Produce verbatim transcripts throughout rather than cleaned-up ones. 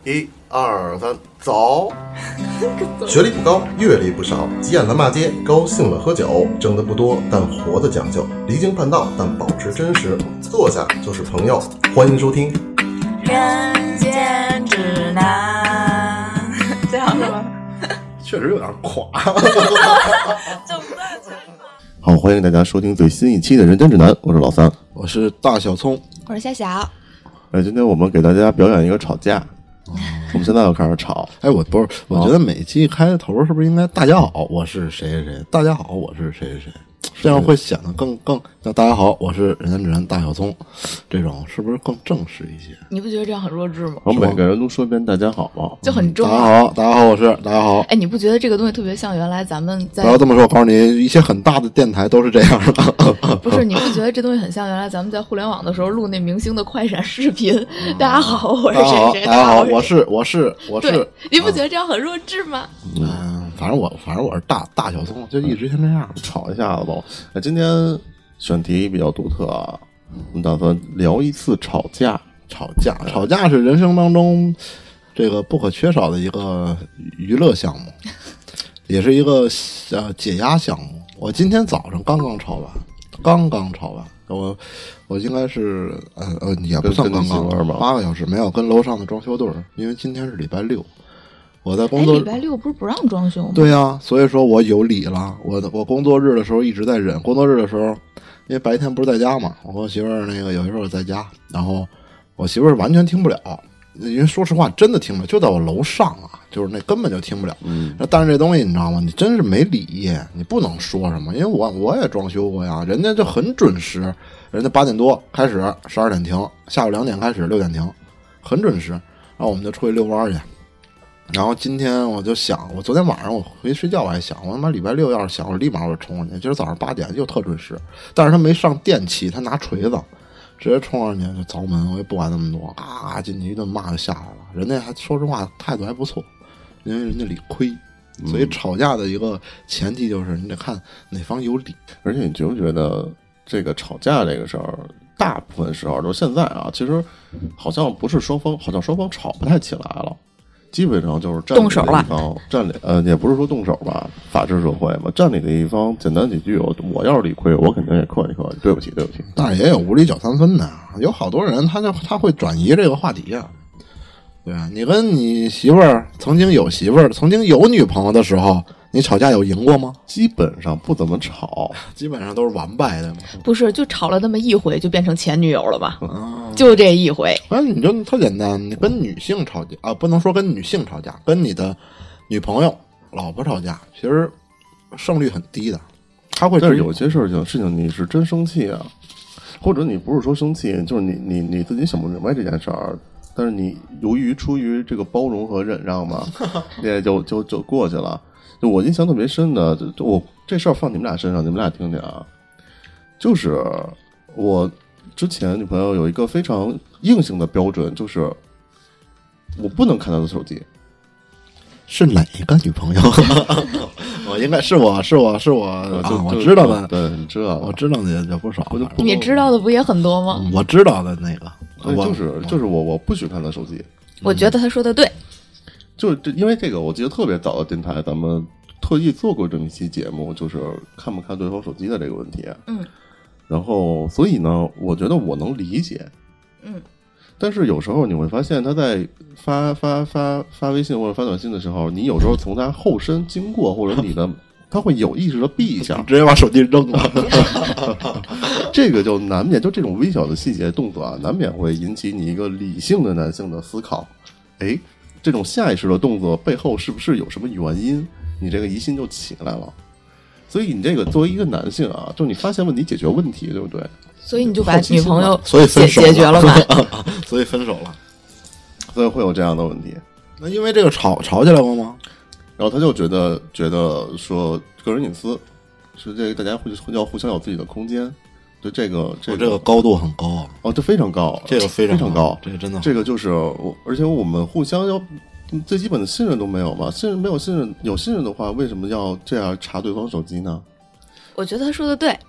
一二三，走！学历不高，阅历不少，急眼了骂街，高兴了喝酒，挣得不多，但活得讲究，离经叛道，但保持真实。坐下就是朋友，欢迎收听 《人间指南》。这样是吗？ 确实有点垮。 整段全好，欢迎大家收听最新一期的《人间指南》，我是老三， 我是大小葱， 我是夏小。 哎，今天我们给大家表演一个吵架。我们现在要开始吵。 哎，我不是，我觉得每期开头是不是应该大家好，我是谁谁谁，大家好，我是谁谁谁，这样会显得更更像大家好，我是人间指南大小葱，这种是不是更正式一些？ 你不觉得这样很弱智吗？ 我们每个人都说一遍大家好吗？ 就很重、 嗯、大家好，大家好，我是大家好。 哎，你不觉得这个东西特别像原来咱们在？ 不要这么说，我告诉你，一些很大的电台都是这样的。 不是，你不觉得这东西很像原来咱们在互联网的时候录那明星的快闪视频？嗯、大家好，我是谁谁？ 大家好，我是我是我是。 对，你不觉得这样很弱智吗？ 嗯，反正我反正我是大大小葱，就一直先这样吵一下子吧。那今天选题比较独特啊，我们打算聊一次吵架。 吵架，吵架是人生当中这个不可缺少的一个娱乐项目，也是一个呃解压项目。我今天早上刚刚吵完，刚刚吵完，我我应该是呃呃也不算刚刚，八个小时没有跟楼上的装修队，因为今天是礼拜六，我在工作。 礼拜六不是不让装修吗？ 对呀、啊，所以说我有理了。我我工作日的时候一直在忍，工作日的时候，因为白天不是在家嘛，我和我媳妇儿那个有些时候在家，然后。我媳妇儿完全听不了，因为说实话真的听不了，就在我楼上啊，就是那根本就听不了。嗯，但是这东西你知道吗？你真是没理，你不能说什么，因为我我也装修过呀，人家就很准时，人家八点多开始，十二点停，下午两点开始，六点停，很准时。然后我们就出去遛弯去。然后今天我就想，我昨天晚上我回去睡觉我还想，我他妈礼拜六要是想，我立马我就冲上去。今儿早上八点又特准时，但是他没上电器，他拿锤子。直接冲上去就凿门，我也不管那么多啊！进去一顿骂就下来了。人家还说实话态度还不错，因为人家理亏，所以吵架的一个前提就是你得看哪方有理。 而且你觉不觉得这个吵架这个事儿，大部分时候就现在啊，其实好像不是双方，好像双方吵不太起来了。基本上就是占理的一方占理，呃，也不是说动手吧，法治社会嘛，占理的一方简单几句，我我要是理亏，我肯定也客气客气，对不起对不起。 但是也有无理搅三分的，有好多人他就他会转移这个话题啊。对啊，你跟你媳妇儿曾经有媳妇儿，曾经有女朋友的时候，你吵架有赢过吗？ 基本上不怎么吵， 基本上都是完败的嘛。 不是，就吵了那么一回，就变成前女友了吧？嗯、就这一回。 那你就特简单，你跟女性吵架啊，不能说跟女性吵架，跟你的女朋友、老婆吵架，其实胜率很低的。他会， 但是有些事情事情你是真生气啊，或者你不是说生气，就是你你你自己想不明白这件事儿。但是你由于出于这个包容和忍让嘛，也就就就过去了。就我印象特别深的，就我这事儿放你们俩身上，你们俩听听啊。就是我之前女朋友有一个非常硬性的标准，就是我不能看她的手机。 是哪一个女朋友？我应该是我是我是我就、 啊、我知道的， 对，你知道， 我知道的也不少。 你知道的不也很多吗？ 嗯、我知道的那个， 就是就是我我不许看她手机。 我觉得他说的对。 就这，因为这个，我记得特别早的电台，咱们特意做过这么一期节目，就是看不看对方手机的这个问题。 嗯， 然后所以呢，我觉得我能理解。 嗯， 但是有时候你会发现，他在发发发发微信或者发短信的时候，你有时候从他后身经过，或者你的，他会有意识的避一下， 直接把手机扔了。 这个就难免，就这种微小的细节动作啊，难免会引起你一个理性的男性的思考。哎。这种下意识的动作背后是不是有什么原因？你这个疑心就起来了。所以你这个作为一个男性啊，就你发现问题解决问题，对不对？ 所以你就把女朋友所以分手解决了嘛？ 所以分手了， 所以会有这样的问题。 那因为这个吵吵起来过吗？ 然后他就觉得觉得说个人隐私是这个大家会要互相有自己的空间。对这个这个、 这个高度很高啊！ 哦，这非常高， 这个非常非常高， 这个真的， 这个就是我，而且我们互相要最基本的信任都没有嘛，信任没有信任，有信任的话，为什么要这样查对方手机呢？ 我觉得他说的对。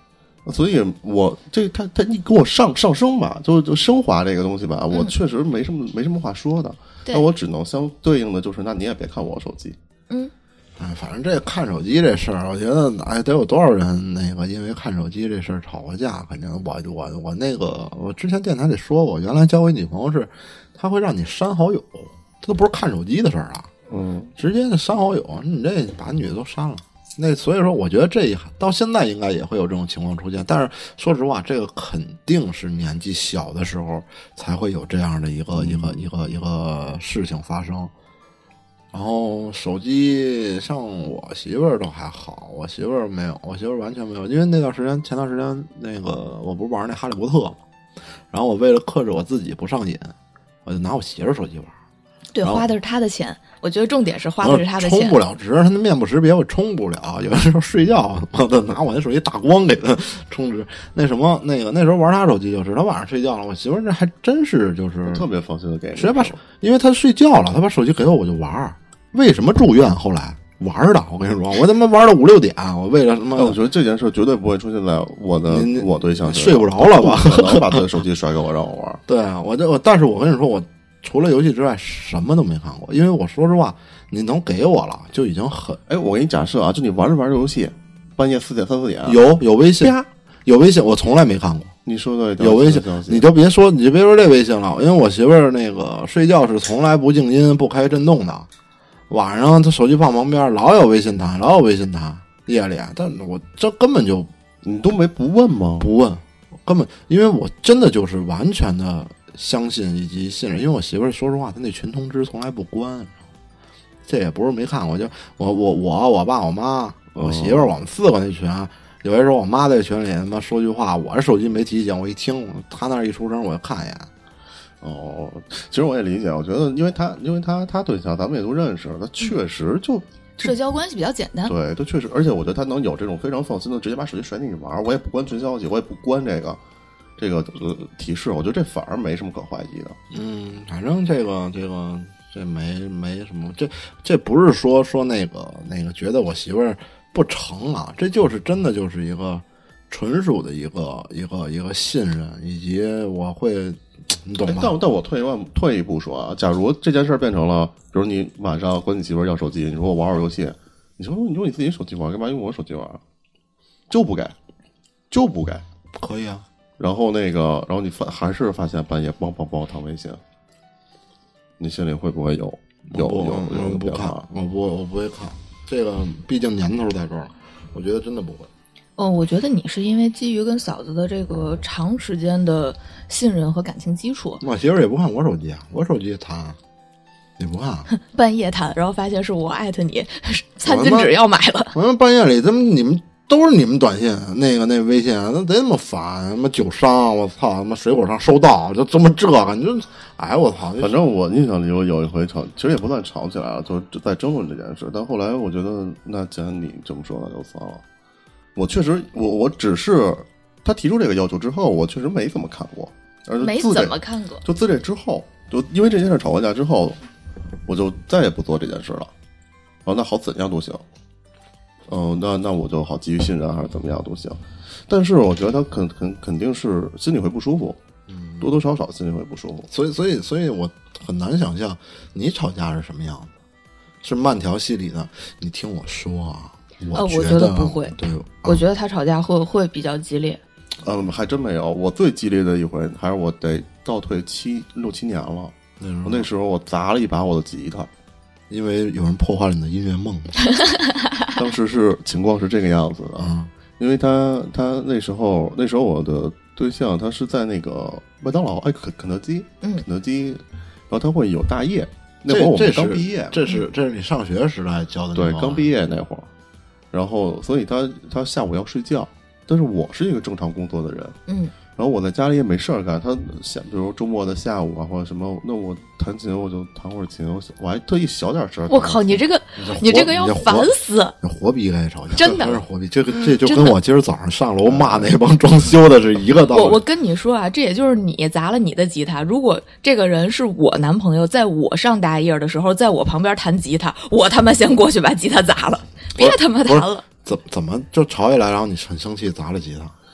所以我这他他你给我上上升吧，就就升华这个东西吧，我确实没什么没什么话说的，那我只能相对应的就是，那你也别看我手机。 嗯， 哎，反正这看手机这事儿，我觉得哎，得有多少人那个因为看手机这事儿吵过架？肯定我我我那个我之前电台里说过，原来交给女朋友是，他会让你删好友，这都不是看手机的事儿啊， 嗯， 直接就删好友，你这把女的都删了。那所以说，我觉得这一到现在应该也会有这种情况出现，但是说实话，这个肯定是年纪小的时候才会有这样的一个、嗯、一个一个一个事情发生。然后手机像我媳妇儿都还好，我媳妇儿没有，我媳妇儿完全没有，因为那段时间前段时间那个我不是玩那哈利波特嘛，然后我为了克制我自己不上瘾，我就拿我媳妇儿手机玩。 对，花的是他的钱，我觉得重点是花的是他的钱。 充不了值，他那面部识别我充不了，有的时候睡觉我都拿我那手机大光给他充值。那什么，那个那时候玩他手机就是他晚上睡觉了，我媳妇儿这还真是就是特别放心的给你， 直接把手，因为他睡觉了，他把手机给我我就玩。为什么住院？后来玩的，我跟你说，我他妈玩到五六点，我为了什么？ 我觉得这件事绝对不会出现在我的我对象睡不着了吧？ 可能把他的手机甩给我让我玩。 对啊，我这但是我跟你说我。除了游戏之外什么都没看过，因为我说实话你能给我了就已经很哎，我给你假设啊，就你玩着玩着游戏半夜四点三四点、啊、 有有微信有微信我从来没看过。 你说的有微信你就别说你就别说这微信了，因为我媳妇儿那个睡觉是从来不静音不开震动的，晚上她手机放旁边老有微信弹老有微信弹夜里，但我这根本就你都没不问吗？ 不问，根本因为我真的就是完全的相信以及信任，因为我媳妇儿说实话，她那群通知从来不关，这也不是没看过，就我我我我爸我妈我媳妇儿我们四个那群，有些时候我妈在群里他妈说句话，我这手机没提醒，我一听她那一出声我就看一眼。 哦，其实我也理解，我觉得因为他因为他他对象咱们也都认识，他确实就。 社交关系比较简单， 对，他确实，而且我觉得他能有这种非常放心的直接把手机甩给你玩，我也不关群消息，我也不关这个。这个呃提示，我觉得这反而没什么可怀疑的。 嗯，反正这个这个这没没什么，这这不是说说那个那个觉得我媳妇儿不成啊，这就是真的就是一个纯属的一个一个一个信任，以及我会你懂吗？ 但但我退一万退一步说啊，假如这件事变成了，比如你晚上管你媳妇儿要手机，你说我玩会儿游戏，你说你用你自己手机玩，干嘛用我手机玩？就不该，就不该， 可以啊。 然后那个，然后你发还是发现半夜梆梆梆弹微信，你心里会不会有有有有不看？我不我不会看，这个毕竟年头在这儿，我觉得真的不会。 哦，我觉得你是因为基于跟嫂子的这个长时间的信任和感情基础。 我媳妇儿也不看我手机啊，我手机弹，你不看？ 半夜弹，然后发现是我艾特你，餐巾纸要买了。 我他妈半夜里怎么你们？都是你们短信，那个那微信，那得那么烦，他妈酒商，我操，他妈水果上收到，就这么这个，你就，哎，我操！ 反正我印象里有有一回吵，其实也不算吵起来了，就是在争论这件事。但后来我觉得，那既然你这么说，那就算了。我确实，我我只是他提出这个要求之后，我确实没怎么看过，而没怎么看过。 就自这之后，就因为这件事吵完架之后，我就再也不做这件事了。哦，那好，怎样都行。哦，那那我就好基于信任还是怎么样都行，但是我觉得他肯肯肯定是心里会不舒服，嗯，多多少少心里会不舒服， 所以所以所以我很难想象你吵架是什么样子，是慢条斯理的。你听我说啊，我呃，我觉得不会， 对， 我觉得他吵架会会比较激烈。 嗯，还真没有，我最激烈的一回还是我得倒退七六七年了， 那我那时候我砸了一把我的吉他。 因为有人破坏了你的音乐梦当时是情况是这个样子的， 嗯， 因为他他那时候那时候我的对象他是在那个麦当劳哎肯肯德基， 嗯， 肯德基，然后他会有大夜，那会儿我们刚毕业， 这是这是你上学时代教的， 对，刚毕业那会儿，然后所以他他下午要睡觉，但是我是一个正常工作的人， 嗯。 然后我在家里也没事儿干，他想，比如周末的下午啊，或者什么，那我弹琴我就弹会儿琴，我我还特意小点声。 我靠，你这个你这个要烦死！ 你活逼该吵架， 真的， 真是活逼。这个这就跟我今儿早上上楼骂那帮装修的是一个道理。 我我跟你说啊，这也就是你砸了你的吉他。如果这个人是我男朋友，在我上大夜的时候，在我旁边弹吉他，我他妈先过去把吉他砸了，别他妈弹了。 怎怎么就吵起来，然后你很生气砸了吉他？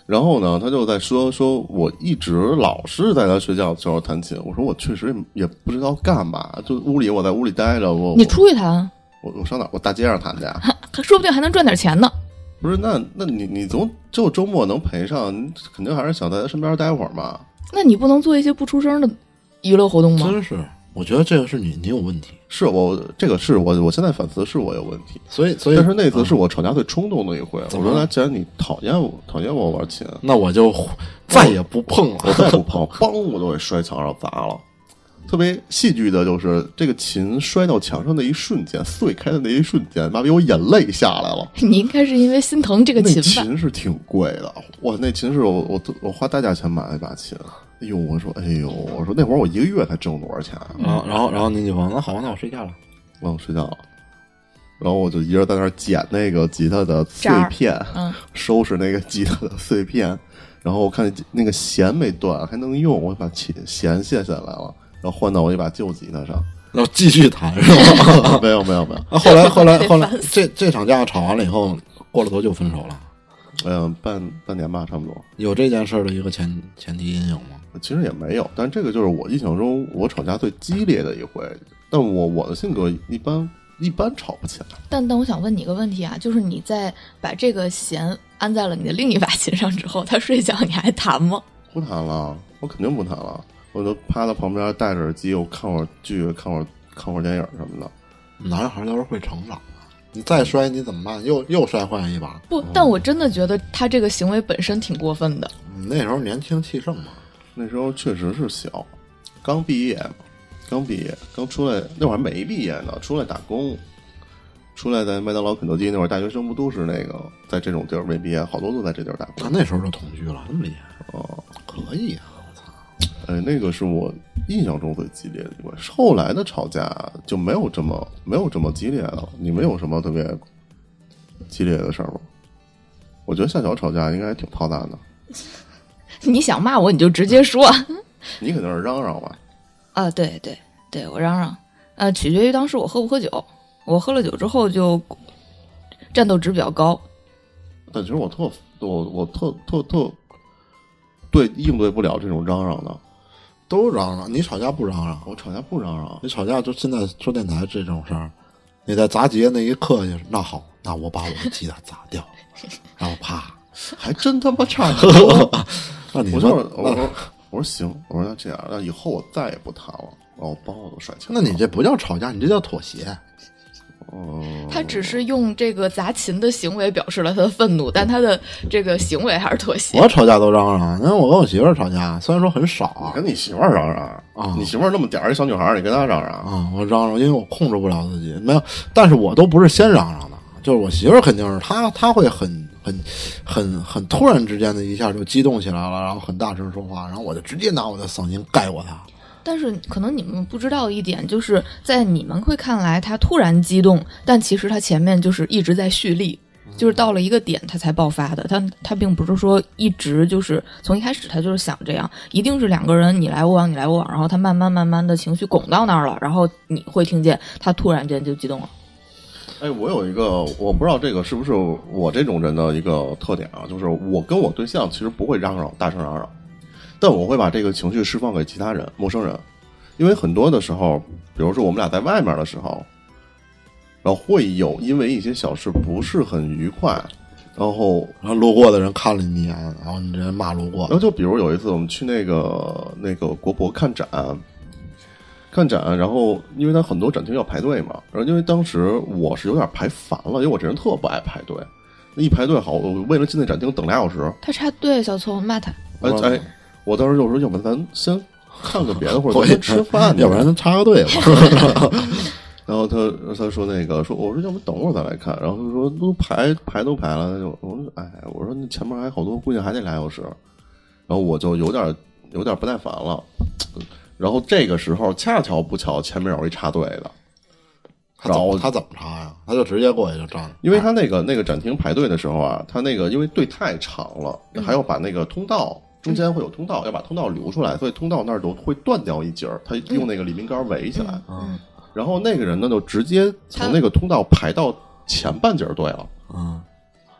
然后呢，他就在说说，我一直老是在他睡觉的时候弹琴。我说我确实也不知道干嘛，就屋里我在屋里待着，我你出去弹， 我我上哪？我大街上弹去啊？ 说不定还能赚点钱呢。 不是，那那你你总就周末能陪上，你肯定还是想在他身边待会儿嘛。 那你不能做一些不出声的娱乐活动吗？ 真是，我觉得这个是你你有问题。 是我这个是我我现在反思是我有问题， 所以所以， 但是那次是我吵架最冲动的一回。 嗯、 我说，那既然你讨厌我讨厌我玩琴， 那我就再也不碰了， 我再不碰，梆我都给摔墙上砸了。特别戏剧的就是这个琴摔到墙上的一瞬间，碎开的那一瞬间，妈逼我眼泪下来了。 你应该是因为心疼这个琴吧？ 那琴是挺贵的，哇，那琴是我我我花大价钱买了一把琴。哎呦，我说，哎呦，我说那会儿我一个月才挣多少钱啊？ 然后，然后，然后你女朋友那好，那我睡觉了， 然后我睡觉了，然后我就一人在那儿捡那个吉他的碎片， 嗯， 收拾那个吉他的碎片，然后我看那个弦没断，还能用，我就把弦卸下来了，然后换到我一把旧吉他上， 然后继续弹是吧？ 没有，没有，没有。 啊、后来，后来，后来，这这场架吵完了以后，过了多久分手了？ 嗯，半半年吧，差不多。 有这件事的一个前前提阴影吗？ 其实也没有，但这个就是我印象中我吵架最激烈的一回。但我我的性格一般一般吵不起来。 但但我想问你一个问题啊，就是你在把这个弦安在了你的另一把琴上之后，他睡觉你还弹吗？ 不弹了，我肯定不弹了。我就趴在旁边戴着耳机，我看会儿剧，看会儿看会儿电影什么的。 男孩都是会成长的，你再摔你怎么办？又又摔坏一把。 不，但我真的觉得他这个行为本身挺过分的。 你那时候年轻气盛嘛。 那时候确实是小，刚毕业嘛，刚毕业，刚出来，那会儿还没毕业呢，出来打工，出来在麦当劳、肯德基那会儿，大学生不都是那个在这种地儿没毕业，好多都在这地儿打工。 他、啊、那时候就同居了，这么厉害哦， 可以啊！我操， 哎，那个是我印象中最激烈的一回。后来的吵架就没有这么没有这么激烈了。你们有什么特别激烈的事儿吗？我觉得夏小吵架应该挺操蛋的。 你想骂我你就直接说， 你肯定是嚷嚷吧？ 啊，对对对，我嚷嚷，呃，取决于当时我喝不喝酒。我喝了酒之后就战斗值比较高。 但其实我特我我特特特对应对不了这种嚷嚷的， 都嚷嚷。你吵架不嚷嚷？ 我吵架不嚷嚷。 你吵架就现在说电台这种事儿，你在砸节那一刻就是那好，那我把我的吉他砸掉，然后啪， 还真他妈差不多。 那你我说我说我说行，我说那这样，那以后我再也不弹了，然后包我都甩墙。 那你这不叫吵架，你这叫妥协。 哦， 他只是用这个砸琴的行为表示了他的愤怒，但他的这个行为还是妥协。 我吵架都嚷嚷，因为我跟我媳妇儿吵架，虽然说很少， 你跟你媳妇儿嚷嚷啊， 你媳妇儿那么点儿一小女孩，你跟她嚷嚷啊，我嚷嚷，因为我控制不了自己，没有，但是我都不是先嚷嚷的，就是我媳妇儿肯定是她，她会很很很很突然之间的一下就激动起来了，然后很大声说话，然后我就直接拿我的嗓音盖过她。 但是可能你们不知道一点，就是在你们会看来他突然激动，但其实他前面就是一直在蓄力，就是到了一个点他才爆发的。他他并不是说一直就是从一开始他就是想这样，一定是两个人你来我往你来我往，然后他慢慢慢慢的情绪拱到那儿了，然后你会听见他突然间就激动了。 哎，我有一个，我不知道这个是不是我这种人的一个特点啊，就是我跟我对象其实不会嚷嚷，大声嚷嚷。但我会把这个情绪释放给其他人，陌生人，因为很多的时候，比如说我们俩在外面的时候，然后会有因为一些小事不是很愉快，然后然后路过的人看了你一眼，然后你这人骂路过。 然后就比如有一次我们去那个那个国博看展，看展，然后因为他很多展厅要排队嘛，然后因为当时我是有点排烦了，因为我这人特不爱排队，一排队好，我为了进那展厅等俩小时。 他插队，小聪骂他。 哎哎。我当时就说，要不咱先看个别的，或者咱先吃饭， 要不然咱插个队吧。 然后他他说那个说，我说要不等会儿再来看。然后他说都排排都排了，就我说哎，我说那前面还好多，估计还得俩小时。然后我就有点有点不耐烦了。然后这个时候恰巧不巧前面有一插队的， 然后他怎么插呀？他就直接过去就站， 因为他那个那个展厅排队的时候啊，他那个因为队太长了，还要把那个通道。中间会有通道，要把通道留出来，所以通道那儿都会断掉一截儿，他用那个李明杆围起来。 嗯， 然后那个人呢，就直接从那个通道排到前半截队了。 嗯，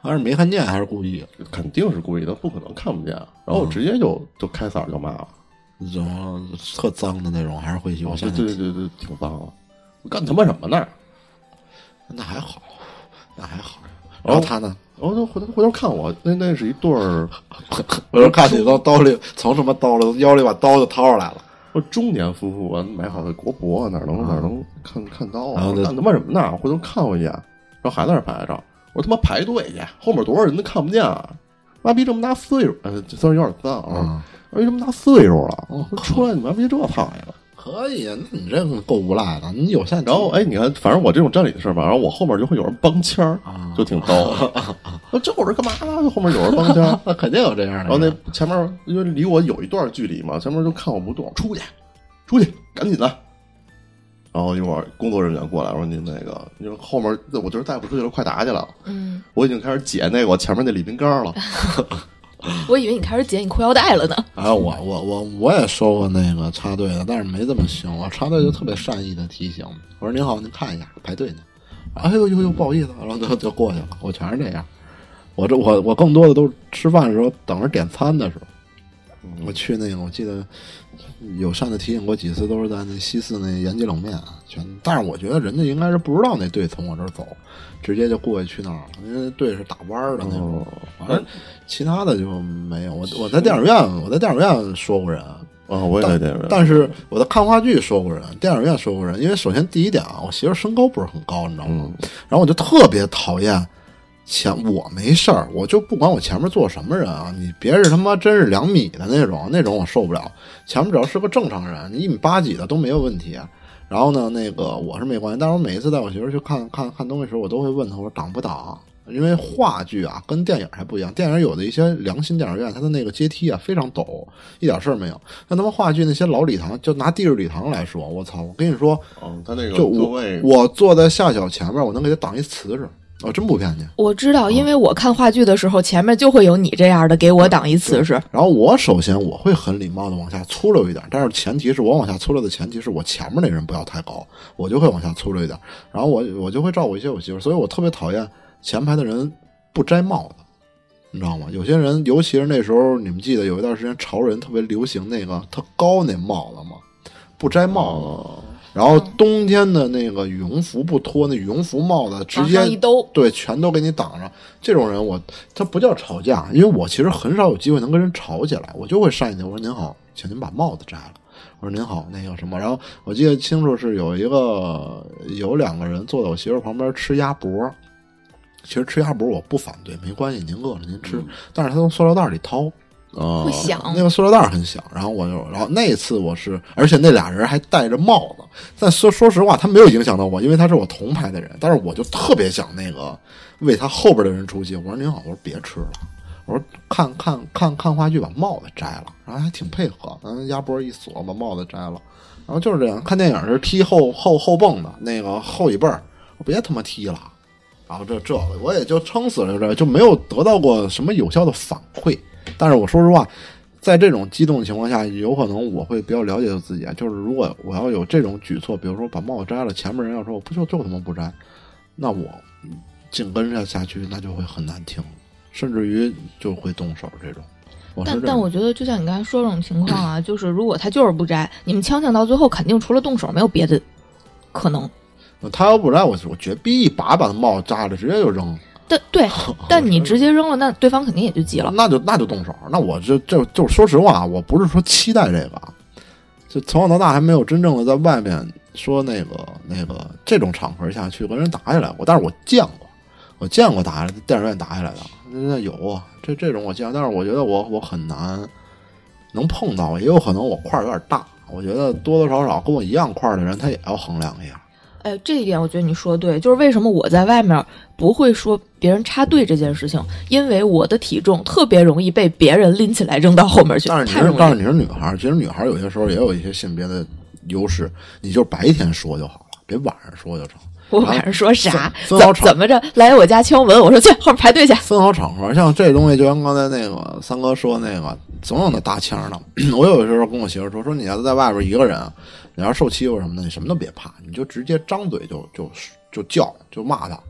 还是没看见还是故意？ 肯定是故意的，不可能看不见。然后我直接就就开嗓就骂了， 然后特脏的那种，还是会有。 对对对对，挺脏的。我干他妈什么呢？ 那还好，那还好。然后他呢？ 然后他回头回头看我，那那是一对儿， 我就看你从兜里从什么兜里腰里把刀就掏出来了。 我中年夫妇啊，买好的国博，哪能、啊、哪能看看刀啊？ 干他妈什么呢？回头看我一眼，然后还在那排着。我他妈排队去，后面多少人都看不见啊！妈逼这么大岁数，呃，虽然有点脏啊，妈逼这么大岁数了，我出来你妈逼这操呀！ 可以啊，那你这个够无赖的，你有限。 然后哎，你看，反正我这种占理的事儿吧，然后我后面就会有人帮腔儿，就挺逗的。我这会儿干嘛呢？后面有人帮腔， 那肯定有这样的。 然后那前面因为离我有一段距离嘛，前面就看我不动，出去，出去，赶紧的。然后一会儿工作人员过来，我说您那个，你说后面我觉得带不出去了，快打去了。嗯，我已经开始解那个我前面那礼宾杆了。 我以为你开始解你裤腰带了呢。 啊，我我我我也收过那个插队的，但是没这么凶。我插队就特别善意的提醒，我说您好，您看一下排队呢。哎呦呦呦，不好意思，然后就就过去了。我全是这样。我这我我更多的都是吃饭的时候等着点餐的时候。我去那个，我记得友善的提醒过几次，都是在那西四那延吉冷面全。但是我觉得人家应该是不知道那队从我这儿走，直接就过去去那儿了，因为队是打弯的那种。反正、哦、其他的就没有。我我在电影院，我在电影院说过人啊、 哦，我也在电影院。 但是我在看话剧说过人，电影院说过人。因为首先第一点啊，我媳妇身高不是很高，你知道吗？嗯、然后我就特别讨厌。前我没事儿，我就不管我前面坐什么人啊，你别是他妈真是两米的那种，那种我受不了。前面只要是个正常人，你一米八几的都没有问题。然后呢，那个我是没关系，但是我每一次带我媳妇去看看看东西的时候，我都会问她，我说挡不挡？因为话剧啊跟电影还不一样，电影有的一些良心电影院，它的那个阶梯啊非常陡，一点事儿没有。那他妈话剧那些老礼堂，就拿地质礼堂来说，我操，我跟你说， 嗯，他那个就我我坐在夏小前面，我能给他挡一瓷实。我、哦、真不骗你， 我知道，因为我看话剧的时候，前面就会有你这样的给我挡一瓷实。 然后我首先我会很礼貌的往下粗溜一点，但是前提是我往下粗溜的前提是我前面那人不要太高，我就会往下粗溜一点。然后我我就会照顾一些我媳妇，所以我特别讨厌前排的人不摘帽子，你知道吗？有些人，尤其是那时候，你们记得有一段时间潮人特别流行那个特高那帽子吗？不摘帽子。哦，然后冬天的那个羽绒服不脱，那羽绒服帽子直接一兜， 对，全都给你挡上。这种人我他不叫吵架，因为我其实很少有机会能跟人吵起来，我就会善意的我说您好，请您把帽子摘了。我说您好，那个什么，然后我记得清楚是有一个有两个人坐在我媳妇旁边吃鸭脖，其实吃鸭脖我不反对，没关系，您饿了您吃，嗯、但是他从塑料袋里掏。 哦，会响， 那个塑料袋很响，然后我就，然后那次我是，而且那俩人还戴着帽子，但说说实话，他没有影响到我，因为他是我同排的人，但是我就特别想那个为他后边的人出气。我说您好，我说别吃了，我说看看看看话剧，把帽子摘了，然后还挺配合，嗯，鸭脖一锁，把帽子摘了，然后就是这样。看电影是踢后后后蹦的那个后椅背儿，我别他妈踢了，然后这这我也就撑死了，这就没有得到过什么有效的反馈。但是我说实话，在这种激动的情况下，有可能我会比较了解自己啊。就是如果我要有这种举措，比如说把帽子摘了，前面人要说我不就就他妈不摘，那我紧跟着下去，那就会很难听，甚至于就会动手这种。我但但我觉得，就像你刚才说这种情况啊，就是如果他就是不摘，你们呛呛到最后，肯定除了动手没有别的可能。 他要不摘，我我绝逼一把把他帽子摘了，直接就扔。 对对，但你直接扔了，那对方肯定也就急了。 那就那就动手。那我就就就说实话，我不是说期待这个，就从小到大还没有真正的在外面说那个那个这种场合下去跟人打起来过。但是我见过，我见过打电影院打起来的，那有啊，这这种我见过。但是我觉得我我很难能碰到，也有可能我块有点大。我觉得多多少少跟我一样块的人，他也要衡量一下。 哎，这一点我觉得你说的对，就是为什么我在外面不会说别人插队这件事情，因为我的体重特别容易被别人拎起来扔到后面去。 但是你是，但是你是女孩，其实女孩有些时候也有一些性别的优势，你就白天说就好了，别晚上说就成。 我晚上说啥？ 分好怎么着来我家敲门？我说去后面排队去。 分好场合，像这东西，就像刚才那个三哥说那个，总有那搭腔的。我有的时候跟我媳妇说，说你要在外边一个人，你要受欺负什么的，你什么都别怕，你就直接张嘴就就就叫就骂他，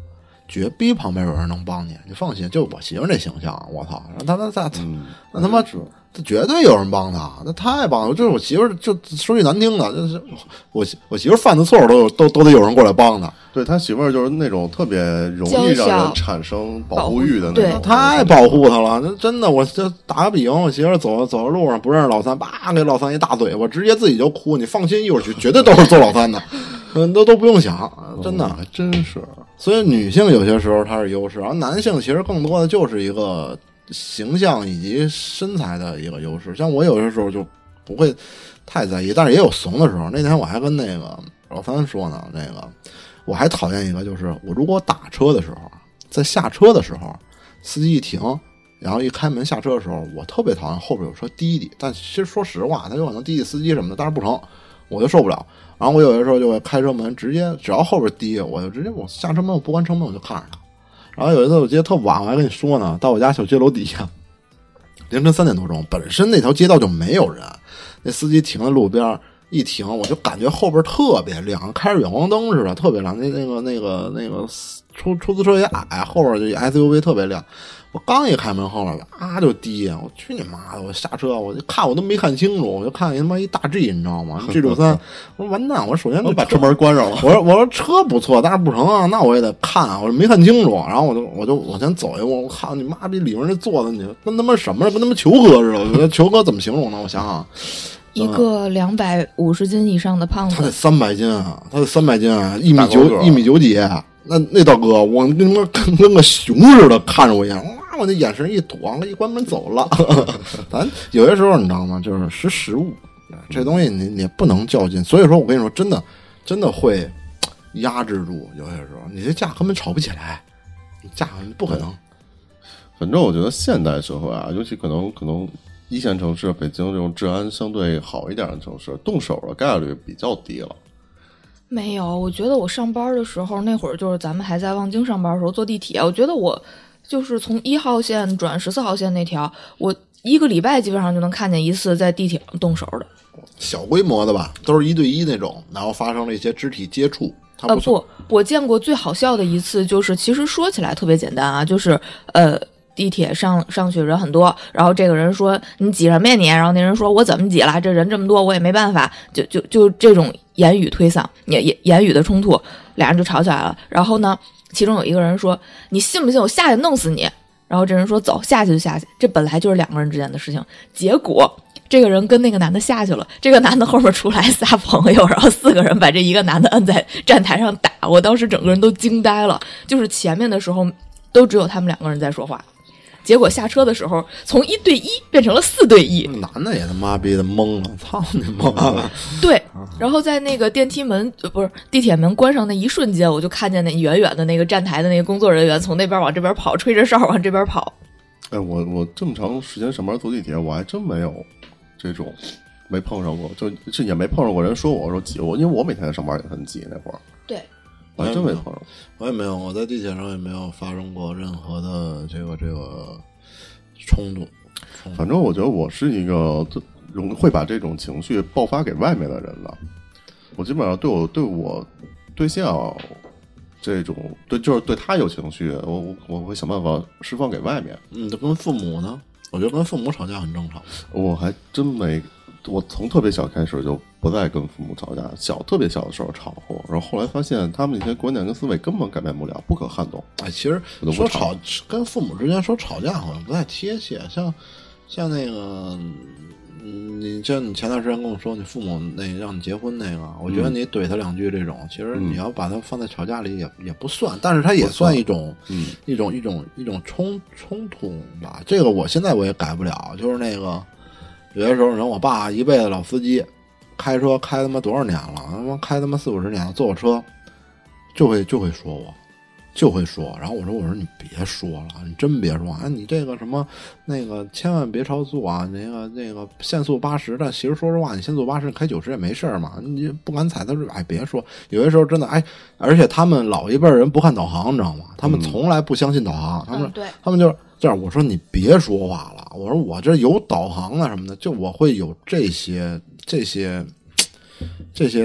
绝逼旁边有人能帮你，你放心。就我媳妇那形象，我操，他他他嗯， 那他妈这绝对有人帮他，那太棒了。就是我媳妇就说句难听的，就是我我媳妇犯的错都有都都得有人过来帮他。 对他媳妇儿就是那种特别容易让人产生保护欲的那种， 太保护他了。那真的，我就打个比方，我媳妇儿走走在路上不认识老三，叭给老三一大嘴巴，直接自己就哭。你放心，一会儿去绝对都是做老三的，嗯，都都不用想，真的、 哦、还真是。 所以女性有些时候她是优势，而男性其实更多的就是一个形象以及身材的一个优势。像我有些时候就不会太在意，但是也有怂的时候。那天我还跟那个老三说呢，那个。我还讨厌一个，就是我如果打车的时候，在下车的时候，司机一停，然后一开门下车的时候，我特别讨厌后边有车滴滴。但其实说实话，他有可能滴滴司机什么的，但是不成，我就受不了。然后我有的时候就会开车门，直接只要后边滴，我就直接我下车门，我不关车门，我就看着他。然后有一次我记得特晚，我还跟你说呢，到我家小街楼底下，凌晨三点多钟，本身那条街道就没有人，那司机停在路边。一停，我就感觉后边特别亮，开着远光灯似的，特别亮。那那个那个那个出出租车也矮，后边就 S U V 特别亮。我刚一开门，后边啊就低，我去你妈的！我下车，我就看我都没看清楚，我就看见他妈一大 G， 你知道吗 ？G 六三，我说完蛋！我首先我把车门关上了。 我说我说车不错，但是不成啊，那我也得看啊，我没看清楚。然后我就我就往前走一步，我靠你妈逼里面这坐的你跟他妈什么跟他妈球哥似的。我觉得球哥怎么形容呢？我想想。 一个两百五十斤以上的胖子， 他得三百斤啊！他得三百斤啊！一米九，一米九几。那那大哥，我跟他妈跟跟个熊似的看着我一眼，哇！我那眼神一躲，一关门走了。咱有些时候你知道吗？就是识时务，这东西你你不能较劲。所以说我跟你说，真的真的会压制住。有些时候你这架根本吵不起来，你架不可能。 反正我觉得现代社会啊，尤其可能可能。一线城市北京这种治安相对好一点的城市，动手的概率比较低了。 没有，我觉得我上班的时候那会儿就是咱们还在望京上班的时候坐地铁，我觉得我就是从一号线转十四号线那条，我一个礼拜基本上就能看见一次在地铁上动手的。 小规模的吧，都是一对一那种，然后发生了一些肢体接触。不呃不，我见过最好笑的一次就是，其实说起来特别简单啊，就是呃。地铁上上去人很多，然后这个人说你挤什么呀你，然后那人说我怎么挤了，这人这么多我也没办法，就就就这种言语推搡，言言语的冲突，俩人就吵起来了。然后呢，其中有一个人说你信不信我下去弄死你，然后这人说走，下去就下去，这本来就是两个人之间的事情，结果这个人跟那个男的下去了，这个男的后面出来仨朋友，然后四个人把这一个男的摁在站台上打，我当时整个人都惊呆了，就是前面的时候都只有他们两个人在说话，结果下车的时候从一对一变成了四对一， 男的也他妈逼的懵了，操你妈了！ 对，然后在那个电梯门不是地铁门关上那一瞬间，我就看见那远远的那个站台的那个工作人员从那边往这边跑，吹着哨往这边跑。 哎，我我这么长时间上班坐地铁，我还真没有这种没碰上过，就就也没碰上过人说我说挤我，因为我每天上班也很挤那会儿。 对。 我还真没碰上， 我也没有，我在地铁上也没有发生过任何的这个这个冲突。 反正我觉得我是一个容会把这种情绪爆发给外面的人的。我基本上对我对我对象这种对就是对他有情绪，我我我会想办法释放给外面。 嗯，就跟父母呢，我觉得跟父母吵架很正常。 我还真没。我从特别小开始就不再跟父母吵架，小特别小的时候吵过，然后后来发现他们那些观念跟思维根本改变不了，不可撼动。 哎，其实说吵跟父母之间说吵架好像不太贴切，像像那个，嗯，你像你前段时间跟我说你父母那让你结婚那个，我觉得你怼他两句这种，嗯、其实你要把它放在吵架里也也不算，但是它也算一种， 嗯， 一种一种一种冲冲突吧。这个我现在我也改不了，就是那个。有些时候，你说我爸一辈子老司机，开车开他妈多少年了？他妈开他妈四五十年了，坐我车就会就会说我，就会说。然后我说我说你别说了，你真别说，哎，你这个什么那个千万别超速啊，那个那个限速八十，但其实说实话，你限速八十开九十也没事嘛，你不敢踩他说，哎，别说。有些时候真的，哎，而且他们老一辈人不看导航，你知道吗？他们从来不相信导航，嗯、他们、 嗯、对， 他们就是这样。我说你别说话了。我说我这有导航啊什么的，就我会有这些这些这些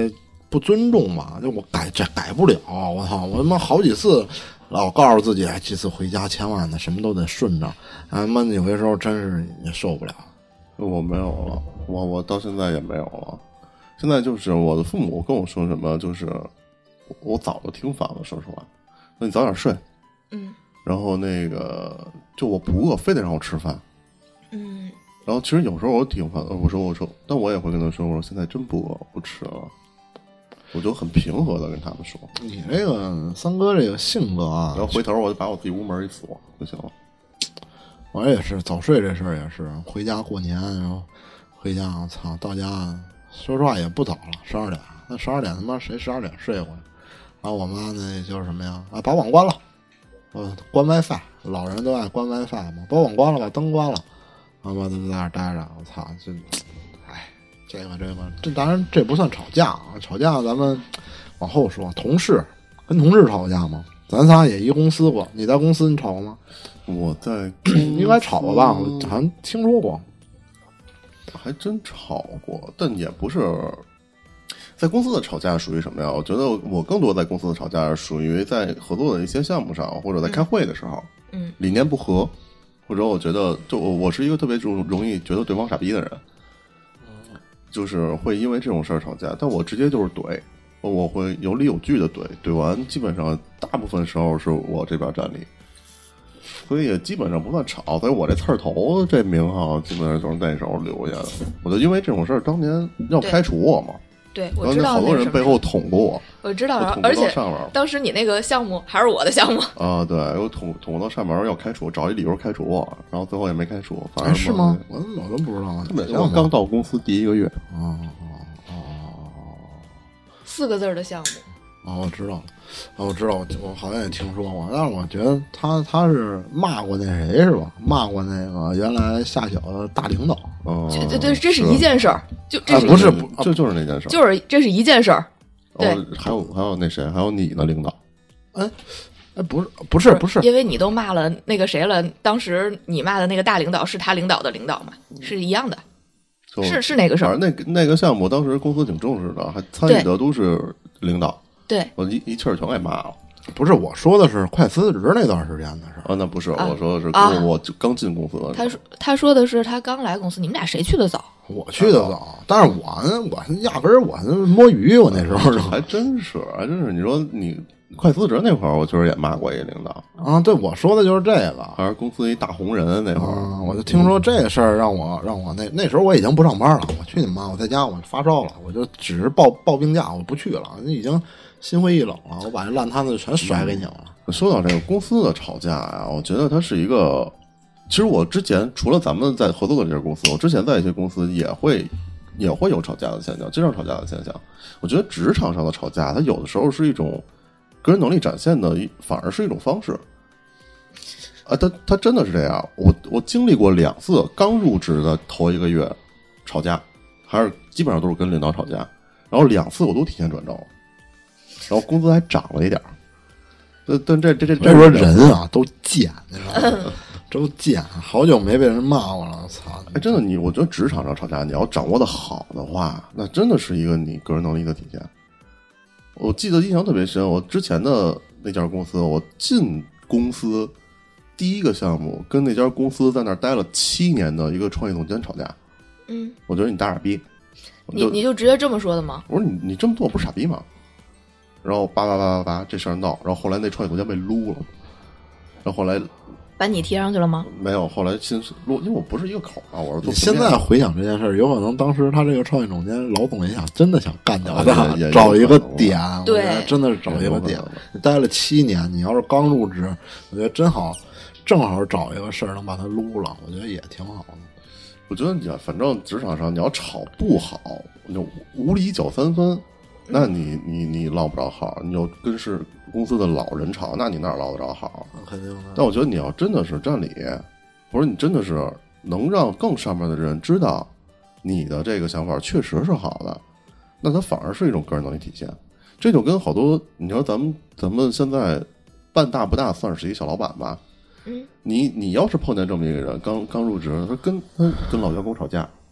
不尊重吧，就我改这改不了，我操，我他妈好几次老告诉自己，哎，这次回家千万的什么都得顺着，啊妈有些时候真是也受不了。 我没有了，我我到现在也没有了。现在就是我的父母跟我说什么，就是我早就听烦了，说实话，那你早点睡， 嗯， 然后那个就我不饿，非得让我吃饭， 嗯， 然后其实有时候我挺烦的，我说我说，但我也会跟他说，我说现在真不饿，不吃了。我就很平和的跟他们说， 你这个三哥这个性格啊， 然后回头我就把我自己屋门一锁就行了。 我也是早睡这事儿也是，回家过年，然后回家，我操，到家说实话也不早了，十二点，那十二点他妈谁十二点睡过呀？然后我妈那就是什么呀？啊，把网关了，呃，关 WiFi， 老人都爱关 WiFi 嘛，把网关了，把灯关了，他妈都在那儿待着，我操，这，哎，这个这个，这当然这不算吵架啊，吵架咱们往后说。同事跟同事吵架吗？咱仨也一公司过，你在公司你吵过吗？ 我在应该吵过吧？我好像听说过， 还真吵过，但也不是在公司的吵架属于什么呀？我觉得我更多在公司的吵架属于在合作的一些项目上，或者在开会的时候， 嗯， 理念不合，或者我觉得就我是一个特别容容易觉得对方傻逼的人，就是会因为这种事儿吵架，但我直接就是怼，我会有理有据的怼，怼完基本上大部分时候是我这边占理。所以也基本上不算吵，所以我这刺儿头这名号基本上就是那时候留下的。我就因为这种事儿，当年要开除我嘛， 对，我知道好多人背后捅过我， 我知道， 我捅而且上面当时你那个项目还是我的项目啊，对，我捅捅到上面要开除，找一理由开除我，然后最后也没开除，反正、 哎、是吗？我我都不知道， 我刚到公司第一个月， 哦哦哦， 四个字的项目。 哦，我知道了，哦，我知道，我我好像也听说过，但是我觉得他他是骂过那谁是吧？骂过那个原来下小的大领导。 哦， 对对，这是一件事儿，就这是、 啊、不是不就就是那件事， 就是这是一件事儿。对、 哦，还有还有那谁，还有你的领导。 哎哎，不是不是不是， 因为你都骂了那个谁了，当时你骂的那个大领导是他领导的领导嘛，是一样的。是是那个事儿， 那个那个项目当时公司挺重视的，还参与的都是领导。 对， 我一一气儿全给骂了。 不是我说的是快辞职那段时间的事啊，那不是、 啊、 我说的是、 啊、 我就刚进公司的时候。 他说他说的是他刚来公司，你们俩谁去的早？ 我去的早，但是我我压根儿我摸鱼，我那时候还真是还真是，你说你快辞职那会儿，我确实也骂过一个领导啊。对，我说的就是这个， 还是公司一大红人那会儿、 啊，我就听说这事儿，让我让我那那时候我已经不上班了，我去你妈！我在家我发烧了，我就只是报报病假，我不去了，已经心灰意冷了，我把这烂摊子全甩给你了。 嗯、说到这个公司的吵架呀、啊，我觉得它是一个，其实我之前除了咱们在合作的这家公司，我之前在一些公司也会也会有吵架的现象，经常吵架的现象。我觉得职场上的吵架，它有的时候是一种个人能力展现的，反而是一种方式。啊，他他真的是这样。我我经历过两次刚入职的头一个月吵架，还是基本上都是跟领导吵架，然后两次我都提前转正了，然后工资还涨了一点。但但这这这这说人啊都贱，你知道吗？都贱，好久没被人骂过了，操！ 哎，真的，你我觉得职场上吵架，你要掌握的好的话，那真的是一个你个人能力的体现。我记得印象特别深，我之前的那家公司，我进公司第一个项目，跟那家公司在那儿待了七年的一个创业总监吵架。 嗯， 我觉得你大傻逼。 你你就直接这么说的吗？ 我说你你这么做不是傻逼吗？然后叭叭叭叭叭这事儿闹，然后后来那创业总监被撸了，然后后来把你贴上去了吗？ 没有，后来新撸，因为我不是一个口啊，我是做。 你现在回想这件事儿，有可能当时他这个创业总监老总也想真的想干掉他， 啊、 找一个点， 对， 真的是找一个点。你待了七年，你要是刚入职，我觉得真好，正好找一个事儿能把他撸了，我觉得也挺好的。 我觉得你反正职场上你要吵不好，你就无理搅三分。那你你你捞不着好，你就跟是公司的老人吵，那你哪捞得着好？ 肯定的。 但我觉得你要真的是占理，或者你真的是能让更上面的人知道你的这个想法确实是好的，那它反而是一种个人能力体现。这就跟好多你说咱们咱们现在半大不大算是一小老板吧， 嗯， 你你要是碰见这么一个人，刚刚入职，他跟他跟老员工吵架。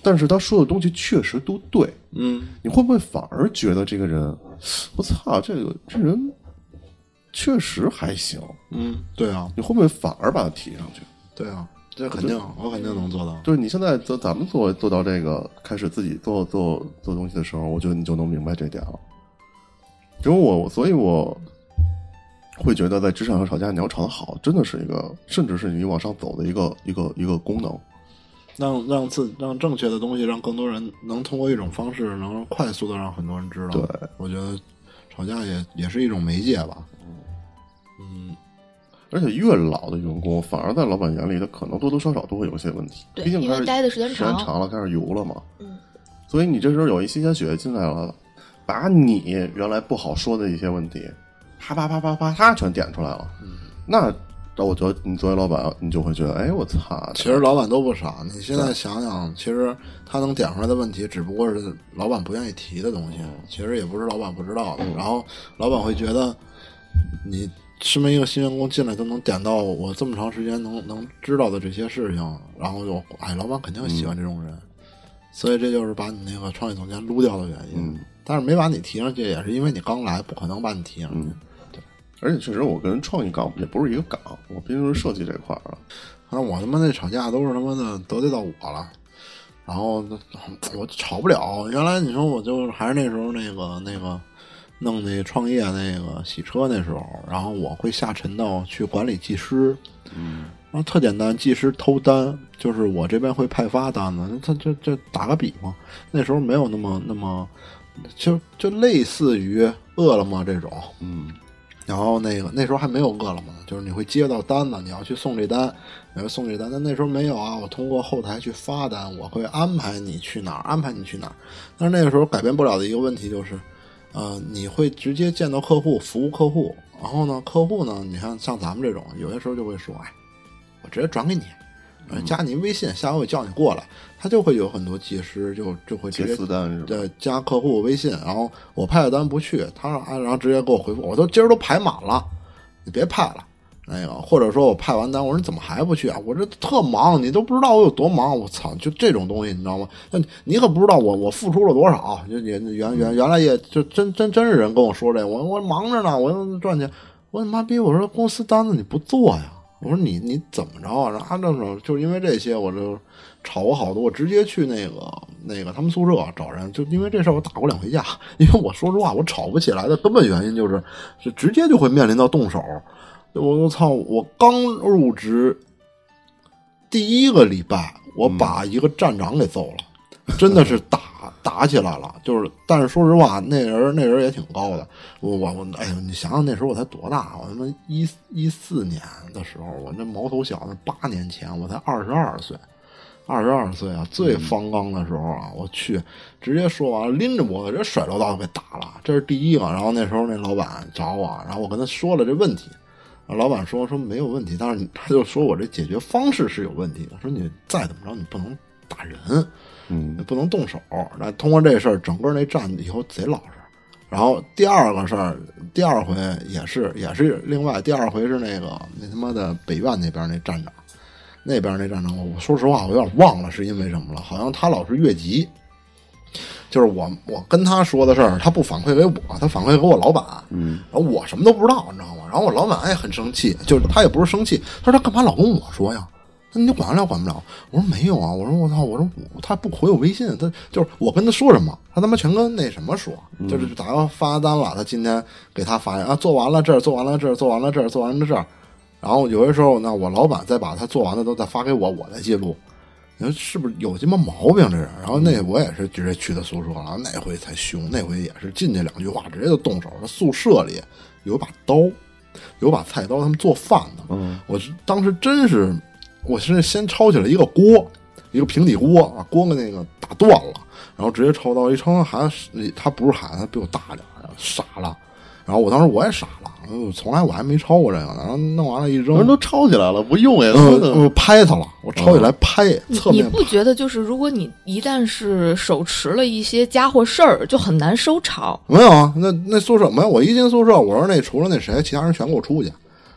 但是他说的东西确实都对， 嗯， 你会不会反而觉得这个人，我操，这个这人确实还行？ 嗯，对啊， 你会不会反而把他提上去？ 对啊，这肯定，我肯定能做到。 就是你现在做咱们做做到这个，开始自己做做做东西的时候，我觉得你就能明白这点了。因为我，所以我会觉得，在职场上吵架，你要吵得好，真的是一个，甚至是你往上走的一个一个一个功能。 让让自让正确的东西，让更多人能通过一种方式，能快速的让很多人知道。 对， 我觉得吵架也也是一种媒介吧。嗯， 而且越老的员工，反而在老板眼里，他可能多多少少都会有些问题。 对， 毕竟开始因为待的时间时间长， 长了，开始油了嘛。 嗯， 所以你这时候有一新鲜血进来了，把你原来不好说的一些问题，啪啪啪啪啪，他全点出来了。嗯，那我觉得你作为老板，你就会觉得，哎，我操！ 其实老板都不傻，你现在想想，其实他能点出来的问题，只不过是老板不愿意提的东西，其实也不是老板不知道的。然后老板会觉得，你身为一个新员工进来都能点到我这么长时间能能知道的这些事情，然后就哎，老板肯定喜欢这种人，所以这就是把你那个创意总监撸掉的原因。 嗯， 但是没把你提上去，也是因为你刚来，不可能把你提上去。 嗯，而且确实，我跟创意岗也不是一个岗，我毕竟是设计这块儿啊。 反正我他妈那吵架都是他妈的得罪到我了，然后我吵不了。原来你说我就还是那时候那个那个弄那创业那个洗车那时候，然后我会下沉到去管理技师， 嗯， 然后特简单，技师偷单，就是我这边会派发单子。他这这打个比方，那时候没有那么那么，就就类似于饿了么这种， 嗯。 然后那个那时候还没有饿了么呢，就是你会接到单子，你要去送这单，你要送这单。但那时候没有啊，我通过后台去发单，我会安排你去哪儿，安排你去哪儿。但是那个时候改变不了的一个问题就是，呃，你会直接见到客户，服务客户。然后呢，客户呢，你看像咱们这种，有些时候就会说，哎，我直接转给你，加你微信，下回我叫你过来。他就会有很多技师就就会直接私单是吧？ 对，加客户微信，然后我派的单不去，他说啊，然后直接给我回复，我都今儿都排满了，你别派了。那个或者说我派完单，我说你怎么还不去啊？我这特忙，你都不知道我有多忙，我操，就这种东西你知道吗？那你可不知道我我付出了多少，就也原原原来也就真真真是人跟我说这，我我忙着呢，我要赚钱，我他妈逼，我说公司单子你不做呀？我说你你怎么着啊？然后按照就是因为这些，我就吵过好多，我直接去那个那个他们宿舍找人，就因为这事儿我打过两回架。因为我说实话，我吵不起来的根本原因就是是直接就会面临到动手。我我操！我刚入职第一个礼拜，我把一个站长给揍了，嗯、真的是打打起来了。就是，但是说实话，那人那人也挺高的。我我我，哎呦，你想想那时候我才多大？我他妈一一四年的时候，我那毛头小子，八年前我才二十二岁。二十二岁啊，最方刚的时候啊，我去直接说完了，拎着脖子直接甩楼道给打了，这是第一个。然后那时候那老板找我，然后我跟他说了这问题，老板说说没有问题，但是你他就说我这解决方式是有问题的，说你再怎么着你不能打人， 嗯， 你不能动手。那通过这事儿，整个那站以后贼老实。然后第二个事儿，第二回也是也是另外，第二回是那个那他妈的北院那边那站长。那边那站长，我说实话，我有点忘了是因为什么了。好像他老是越级，就是我我跟他说的事儿，他不反馈给我，他反馈给我老板。 嗯， 然后我什么都不知道，你知道吗？然后我老板哎很生气，就是他也不是生气，他说他干嘛老跟我说呀？那你管得了管不了？我说没有啊，我说我操，我说他不回我微信，他就是我跟他说什么，他他妈全跟那什么说， 嗯、 就是打个发单了，他今天给他发啊，做完了这儿，做完了这儿，做完了这儿，做完了这儿。然后有些时候呢，我老板再把他做完的都再发给我，我再记录。你说是不是有这么毛病这人？然后那我也是直接去他宿舍了，那回才凶，那回也是进去两句话直接就动手。他宿舍里有把刀，有把菜刀，他们做饭的。 嗯， 我当时真是，我是先抄起来一个锅，一个平底锅啊，锅给那个打断了，然后直接抄刀，一抄孩子，他不是孩子，他比我大点，傻了。然后我当时我也傻了。从来我还没抄过这个呢，然后弄完了一扔， 人都抄起来了，不用也嗯，我拍他了，我抄起来拍， 嗯、 侧面拍。 你不觉得就是如果你一旦是手持了一些家伙事儿，就很难收场？ 没有啊，那那宿舍没有，我一进宿舍，我说那除了那谁，其他人全给我出去，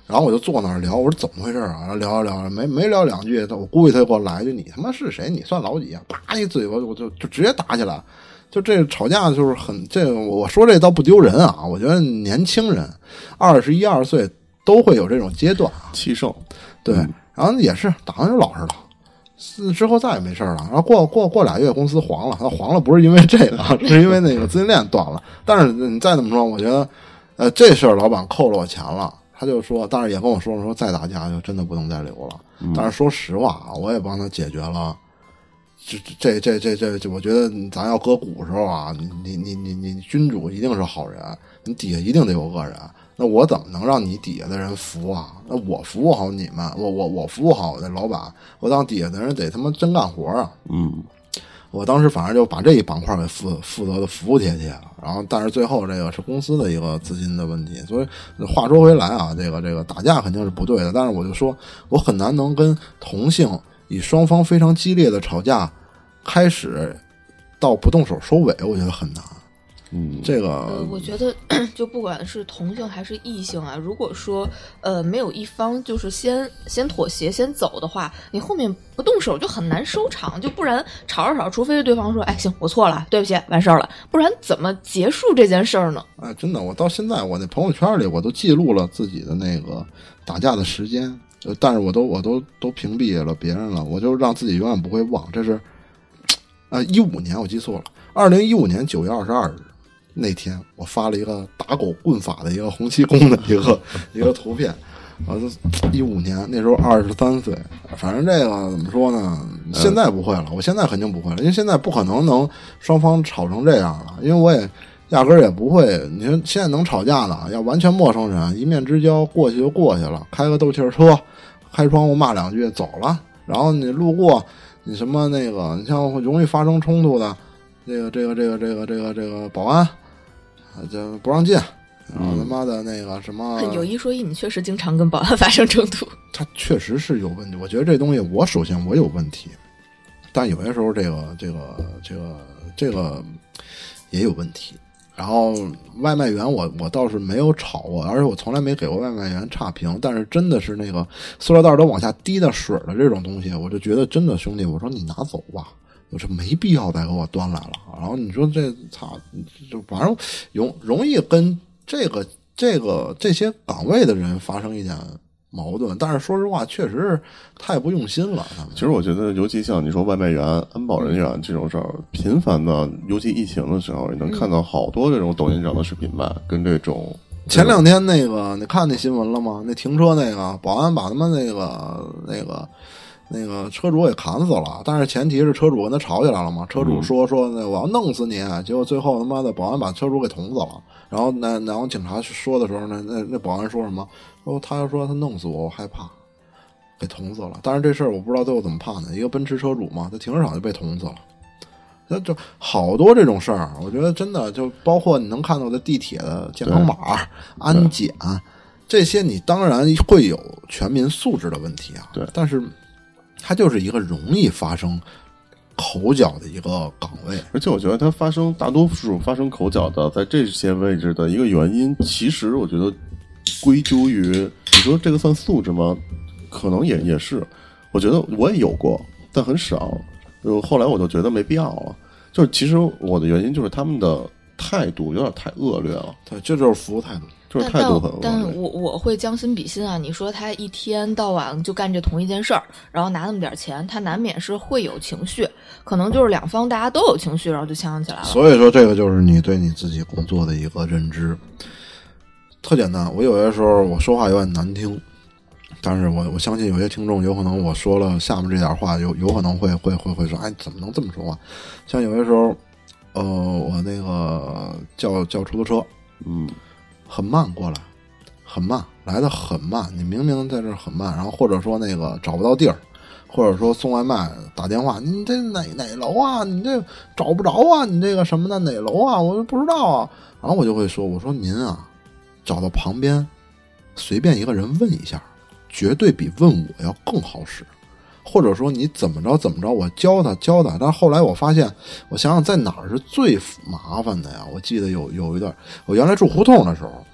然后我就坐那儿聊，我说怎么回事啊？然后聊聊聊，没没聊两句，我估计他就给我来一句：“你他妈是谁？你算老几啊？”啪一嘴巴，我就就直接打起来。就这吵架就是很这，我说这倒不丢人啊。我觉得年轻人二十一二岁都会有这种阶段， 气盛， 对。 嗯、 然后也是打完就老实了，之后再也没事了。然后过过过俩月，公司黄了，他黄了不是因为这个，是因为那个资金链断了。但是你再这么说，我觉得，呃，这事儿老板扣了我钱了。他就说，但是也跟我说了，说再打架就真的不能再留了。嗯、但是说实话啊，我也帮他解决了。这这这这这，我觉得咱要搁古时候啊，你你你你你君主一定是好人，你底下一定得有恶人。那我怎么能让你底下的人服啊？那我服务好你们，我我我服务好我的老板，我当底下的人得他妈真干活啊！ 嗯， 我当时反正就把这一板块给负负责的服服帖帖了。然后，但是最后这个是公司的一个资金的问题，所以话说回来啊，这个这个打架肯定是不对的。但是我就说，我很难能跟同性以双方非常激烈的吵架开始到不动手收尾，我觉得很难。嗯，这个、 呃、我觉得就不管是同性还是异性啊，如果说呃没有一方就是先先妥协先走的话，你后面不动手就很难收场，就不然吵着吵，除非是对方说哎行我错了对不起完事儿了，不然怎么结束这件事儿呢？ 哎，真的，我到现在我那朋友圈里我都记录了自己的那个打架的时间，但是我都我都都屏蔽了别人了，我就让自己永远不会忘。这是呃一五年我记错了，二零一五年九月二十二日。那天我发了一个打狗棍法的一个洪七公的一个一个图片，啊，一五年那时候二十三岁，反正这个怎么说呢？现在不会了，我现在肯定不会了，因为现在不可能能双方吵成这样了，因为我也压根儿也不会。你说现在能吵架的，要完全陌生人，一面之交，过去就过去了，开个斗气车，开窗户骂两句走了，然后你路过，你什么那个，你像容易发生冲突的，这个这个这个这个这个这个保安。就不让进，然后他妈的那个什么， 有一说一，你确实经常跟保安发生冲突。 他确实是有问题，我觉得这东西，我首先我有问题，但有些时候这个这个这个这个也有问题。然后外卖员我我倒是没有吵过，而且我从来没给过外卖员差评，但是真的是那个塑料袋都往下滴的水的这种东西，我就觉得真的兄弟，我说你拿走吧。我这没必要再给我端来了，然后你说这操，就反正容容易跟这个这个这些岗位的人发生一点矛盾，但是说实话，确实是太不用心了。他们其实我觉得，尤其像你说外卖员、安保人员这种事儿，频繁的，尤其疫情的时候，你能看到好多这种抖音上的视频吧，跟这种。 前两天那个，你看那新闻了吗？那停车那个保安把他们那个那个。那个车主也砍死了，但是前提是车主跟他吵起来了嘛。车主说说那我要弄死你，结果最后他妈的保安把车主给捅死了。然后那然后警察说的时候呢，那那保安说什么？说他说他弄死我，我害怕，给捅死了。但是这事儿我不知道最后怎么判的。一个奔驰车主嘛，在停车场就被捅死了。那就好多这种事儿，我觉得真的就包括你能看到的地铁的健康码、安检这些，你当然会有全民素质的问题啊。 对， 但是。它就是一个容易发生口角的一个岗位， 而且我觉得它发生大多数发生口角的，在这些位置的一个原因，其实我觉得归咎于你说这个算素质吗？可能也也是，我觉得我也有过，但很少。就后来我就觉得没必要了。就是其实我的原因就是他们的态度有点太恶劣了。 对，这就是服务态度。 就是态度很恶劣， 但我我会将心比心啊！你说他一天到晚就干这同一件事儿，然后拿那么点钱，他难免是会有情绪，可能就是两方大家都有情绪，然后就呛起来了。 所以说，这个就是你对你自己工作的一个认知。特简单，我有些时候我说话有点难听，但是我我相信有些听众有可能我说了下面这点话，有有可能会会会会说，哎，怎么能这么说话？像有些时候，呃，我那个叫叫出租车， 嗯。 很慢过来，很慢，来的很慢。你明明在这很慢，然后或者说那个找不到地儿，或者说送外卖打电话，你这哪哪楼啊？你这找不着啊？你这个什么的哪楼啊？我不知道啊。然后我就会说，我说您啊，找到旁边随便一个人问一下，绝对比问我要更好使。或者说你怎么着怎么着，我教他教他。但后来我发现，我想想在哪儿是最麻烦的呀？我记得有有一段，我原来住胡同的时候，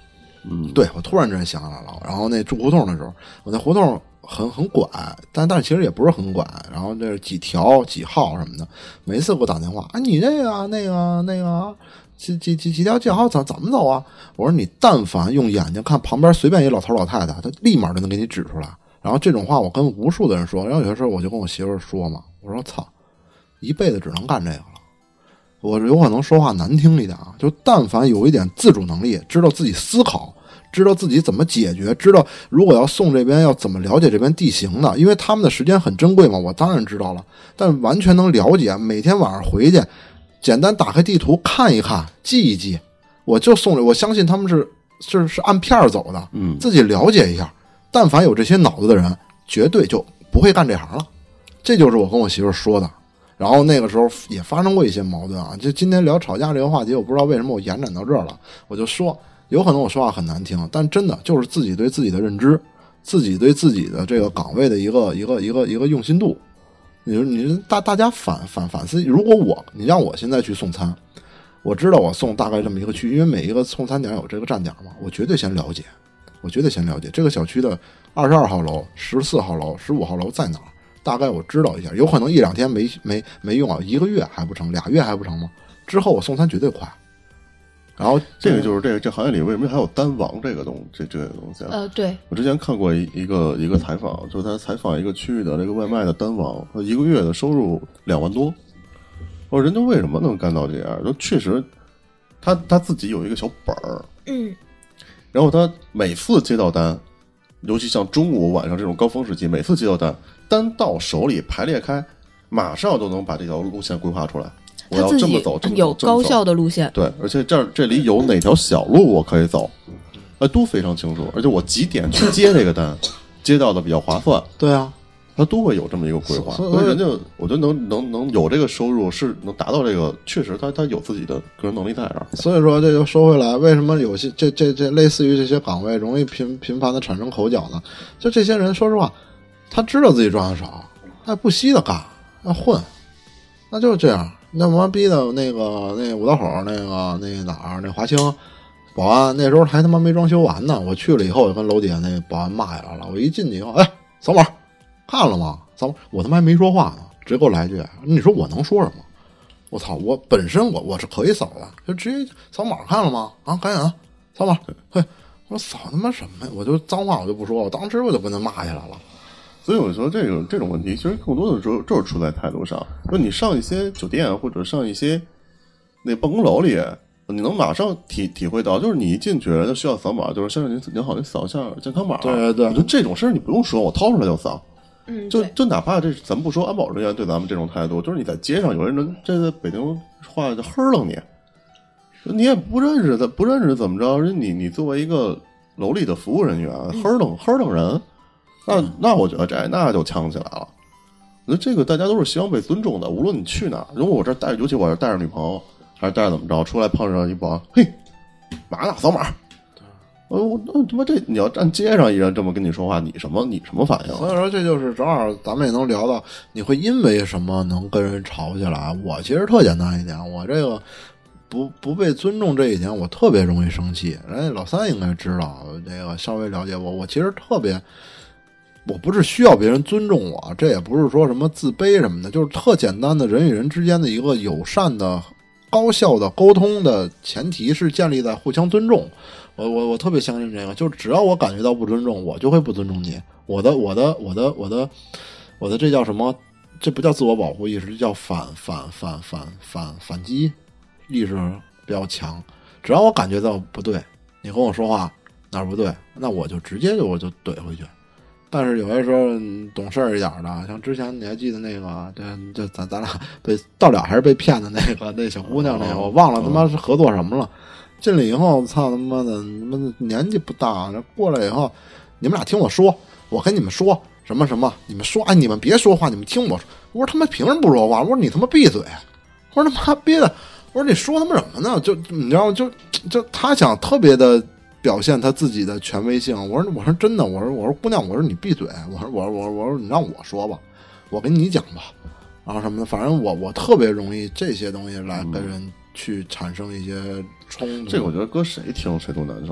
嗯， 对，我突然之间想起来了。然后那住胡同的时候，我那胡同很很拐，但但其实也不是很拐。然后这几条几号什么的，每次给我打电话，啊，你这个那个那个几几几几条几号怎怎么走啊？我说你但凡用眼睛看旁边随便一老头老太太，他立马就能给你指出来。然后这种话我跟无数的人说，然后有些时候我就跟我媳妇儿说嘛，我说操，一辈子只能干这个了。我有可能说话难听一点啊，就但凡有一点自主能力，知道自己思考，知道自己怎么解决，知道如果要送这边要怎么了解这边地形的，因为他们的时间很珍贵嘛，我当然知道了，但完全能了解，每天晚上回去简单打开地图看一看，记一记，我就送我相信他们是是是按片走的， 嗯， 自己了解一下。但凡有这些脑子的人，绝对就不会干这行了。这就是我跟我媳妇说的。然后那个时候也发生过一些矛盾啊，就今天聊吵架这个话题，我不知道为什么我延展到这儿了，我就说，有可能我说话很难听，但真的就是自己对自己的认知，自己对自己的这个岗位的一个一个一个一个用心度。你说你大大家反反反思，如果我你让我现在去送餐，我知道我送大概这么一个区，因为每一个送餐点有这个站点嘛，我绝对先了解，我绝对先了解这个小区的二十二号楼、十四号楼、十五号楼在哪儿，大概我知道一下。有可能一两天没没没用啊，一个月还不成，俩月还不成吗？之后我送餐绝对快。然后这个就是这个这行业里为什么还有单王这个东这这个东西啊？ 呃，对， 我之前看过一一个一个采访，就是他采访一个区域的这个外卖的单王，他一个月的收入两万多。我说人家为什么能干到这样？就确实，他他自己有一个小本儿， 嗯， 然后他每次接到单，尤其像中午晚上这种高峰时期，每次接到单，单到手里排列开，马上就能把这条路线规划出来。我要这么走，这么走有高效的路线， 对，而且这儿这里有哪条小路我可以走，呃，都非常清楚。而且我几点去接这个单，接到的比较划算。 对啊， 他都会有这么一个规划，所以人家我觉得能能能有这个收入，是能达到这个，确实他他有自己的个人能力在这儿。 所以说这就说回来，为什么有些这这这类似于这些岗位容易频频繁的产生口角呢？就这些人，说实话，他知道自己赚的少，他不惜的干，要混，那就是这样。那妈逼的那个那五道口那个那哪儿那华清保安，那时候还他妈没装修完呢。我去了以后，我跟楼底下那保安骂起来了。我一进去以后，哎，扫码看了吗？扫码，我他妈还没说话呢，直接给我来一句：“你说我能说什么？我操！我本身我我是可以扫的，就直接扫码看了吗？啊，赶紧啊，扫码！嘿，我说扫他妈什么呀？我就脏话我就不说，我当时我就跟他骂起来了。” 所以我说这种这种问题，其实更多的时候就是出在态度上。就你上一些酒店或者上一些那办公楼里，你能马上体体会到，就是你一进去就需要扫码，就是先生您您好，您扫一下健康码。 对对对， 我觉得这种事儿你不用说，我掏出来就扫。 嗯， 就就哪怕这咱们不说安保人员对咱们这种态度，就是你在街上有人能这在北京话就哼楞你，你也不认识他，不认识怎么着？人你你作为一个楼里的服务人员，哼楞哼楞人。那那我觉得这那就呛起来了。我觉得这个大家都是希望被尊重的，无论你去哪儿。如果我这带着，尤其我这带着女朋友，还是带着怎么着，出来碰上一保安，嘿，嘛呢？扫码。呃，我那他妈这你要站街上一人这么跟你说话，你什么你什么反应？ 所以说这就是正好咱们也能聊到，你会因为什么能跟人吵起来？我其实特简单一点，我这个不不被尊重这一点，我特别容易生气。人家老三应该知道，这个稍微了解我，我其实特别。我不是需要别人尊重我，这也不是说什么自卑什么的，就是特简单的人与人之间的一个友善的、高效的沟通的前提是建立在互相尊重。我我我特别相信这个，就只要我感觉到不尊重，我就会不尊重你。我的我的我的我的我的这叫什么？这不叫自我保护意识，这叫反反反反反反击意识比较强。只要我感觉到不对，你跟我说话哪儿不对，那我就直接就我就怼回去。但是有些时候懂事儿一点的，像之前你还记得那个，对，就咱咱俩被到了还是被骗的那个那小姑娘那个，我忘了他妈是合作什么了。进来以后，操他妈的，你们年纪不大，过来以后，你们俩听我说，我跟你们说什么什么，你们说，哎，你们别说话，你们听我说。我说他妈凭什么不说话？我说你他妈闭嘴！我说他妈憋的！我说你说他妈什么呢？就你知道，就就他想特别的。表现他自己的权威性，我说我说真的，我说我说姑娘，我说你闭嘴，我说我说我说我说你让我说吧，我跟你讲吧，然后什么的，反正我我特别容易这些东西来跟人去产生一些冲突。 这个我觉得搁谁听谁都难受。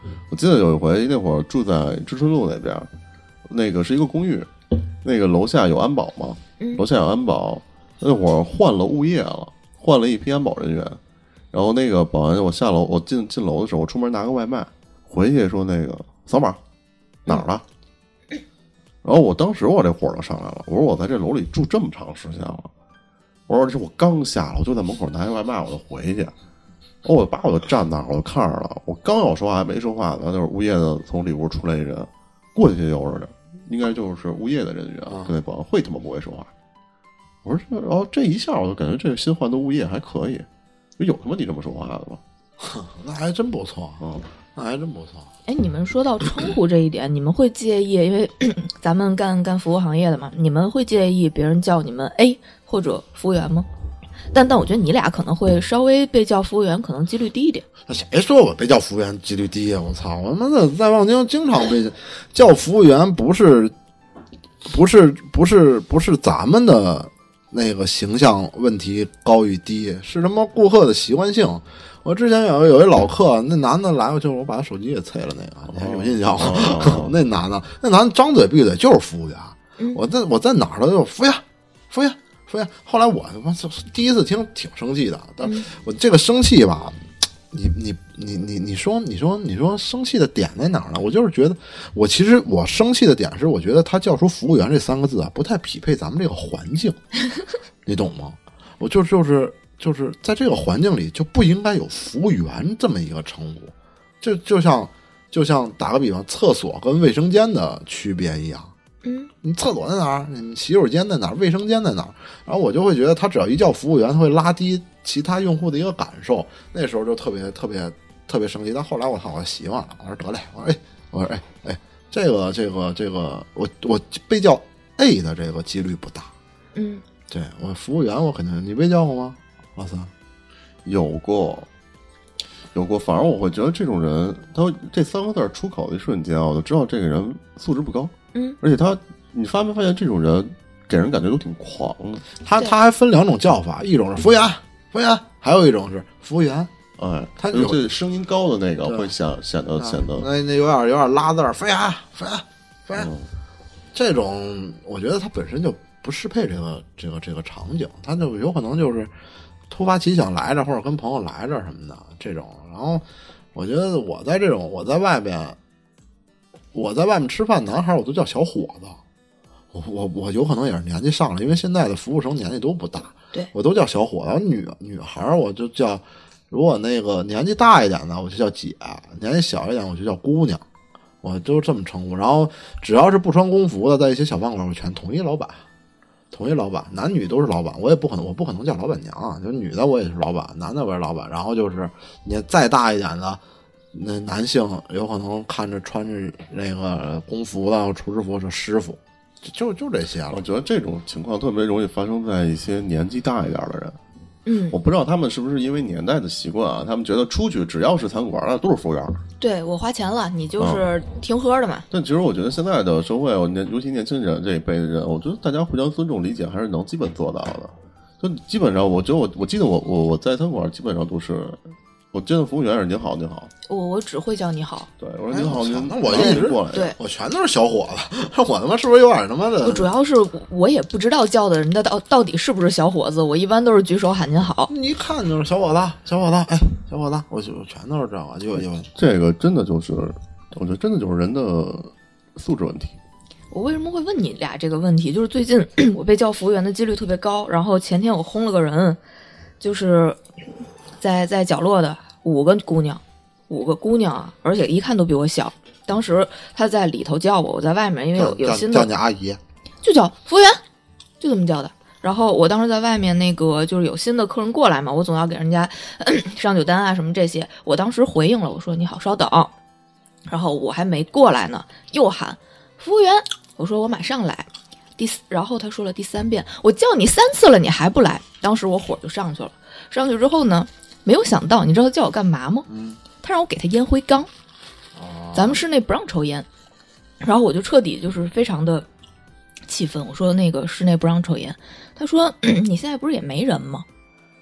我记得有一回，那会儿住在知春路那边，那个是一个公寓，那个楼下有安保嘛，楼下有安保，那会儿换了物业了，换了一批安保人员。然后那个保安，我下楼，我进进楼的时候，我出门拿个外卖，回去说那个扫码哪儿了？然后我当时我这火就上来了，我说我在这楼里住这么长时间了，我说这我刚下了，我就在门口拿一外卖，我就回去。哦，我爸我就站那儿，我就看着了，我刚要说话还没说话呢，就是物业的从里屋出来一人，过去悠着的，应该就是物业的人员， 啊、 对，保安会他妈不会说话。我说这，然后这一下我就感觉这个新换的物业还可以，有他妈你这么说话的吗？ 那还真不错， 嗯， 那还真不错。 哎，你们说到称呼这一点，你们会介意？因为咱们干干服务行业的嘛，你们会介意别人叫你们 A 或者服务员吗？但但我觉得你俩可能会稍微被叫服务员，可能几率低一点。 那谁说我被叫服务员几率低啊？我操！我他妈的在望京经常被叫服务员，不是不是不是不是咱们的那个形象问题高与低，是他妈顾客的习惯性。我之前有有一老客，那男的来过，就是我把他手机给啐了那个，你还有印象吗？哦、那男的，那男的张嘴闭嘴就是服务员。 嗯、 我在我在哪儿都有服务员，服务员。服务员，后来我他妈第一次听挺生气的，但我这个生气吧，你你你你你说你说你说生气的点在哪儿呢？我就是觉得，我其实我生气的点是，我觉得他叫出服务员这三个字啊，不太匹配咱们这个环境，你懂吗？我就就是就是在这个环境里就不应该有服务员这么一个称呼，就就像就像打个比方，厕所跟卫生间的区别一样。 嗯， 你厕所在哪儿？你洗手间在哪儿？卫生间在哪儿？然后我就会觉得，他只要一叫服务员，他会拉低其他用户的一个感受。那时候就特别特别特别生气。但后来我操，我习惯了。我说得嘞，我说哎，我说哎哎，这个这个这个，我我被叫 A 的这个几率不大。 嗯， 对我服务员我肯定，你被叫过吗？哇塞， 有过。有过，反而我会觉得这种人，他这三个字出口的一瞬间，我就知道这个人素质不高。 嗯， 而且他，你发没发现这种人给人感觉都挺狂的？ 他他还分两种叫法，一种是服务员，服务员，还有一种是服务员。 哎， 他有这声音高的那个会显显得显得那那有点有点拉字儿，服务员，服务员，服务员。这种我觉得他本身就不适配这个这个这个场景，他就有可能就是突发奇想来着，或者跟朋友来着什么的这种。然后我觉得我在这种我在外面我在外面吃饭，男孩我都叫小伙子。我我我有可能也是年纪上了，因为现在的服务生年纪都不大， 对我都叫小伙子。女女孩我就叫，如果那个年纪大一点的我就叫姐，年纪小一点我就叫姑娘，我都这么称呼。然后只要是不穿工服的，在一些小饭馆我全统一老板。统一老板，男女都是老板，我也不可能，我不可能叫老板娘啊，就女的我也是老板，男的我也是老板。然后就是你再大一点的，那男性有可能看着穿着那个工服的厨师服是师傅，就就这些了。 我觉得这种情况特别容易发生在一些年纪大一点的人。 嗯， 我不知道他们是不是因为年代的习惯啊，他们觉得出去只要是餐馆那都是服务员。 对，我花钱了，你就是听喝的嘛。 但其实我觉得现在的社会，年尤其年轻人这一辈的人，我觉得大家互相尊重理解还是能基本做到的。就基本上，我觉得我我记得我我我在餐馆基本上都是，我见到服务员是您好您好。 我我只会叫你好。 对，我说您好，您那我一直过来， 对， 我全都是小伙子，我他妈是不是有点他妈的？ 主要是我也不知道叫的人的到到底是不是小伙子，我一般都是举手喊您好。 你一看就是小伙子，小伙子，哎，小伙子，我就全都是这个，就就这个真的就是，我觉得真的就是人的素质问题。 我为什么会问你俩这个问题？就是最近我被叫服务员的几率特别高，然后前天我轰了个人，就是在在角落的五个姑娘。五个姑娘啊，而且一看都比我小。当时她在里头叫我，我在外面，因为有有新的叫你阿姨， 就叫服务员，就这么叫的。然后我当时在外面，那个就是有新的客人过来嘛，我总要给人家上酒单啊什么这些。我当时回应了，我说你好，稍等。然后我还没过来呢，又喊服务员，我说我马上来。第四，然后他说了第三遍，我叫你三次了，你还不来。当时我火就上去了。上去之后呢，没有想到，你知道他叫我干嘛吗？ 嗯。 他让我给他烟灰缸，咱们室内不让抽烟，然后我就彻底就是非常的气愤，我说那个室内不让抽烟，他说你现在不是也没人吗？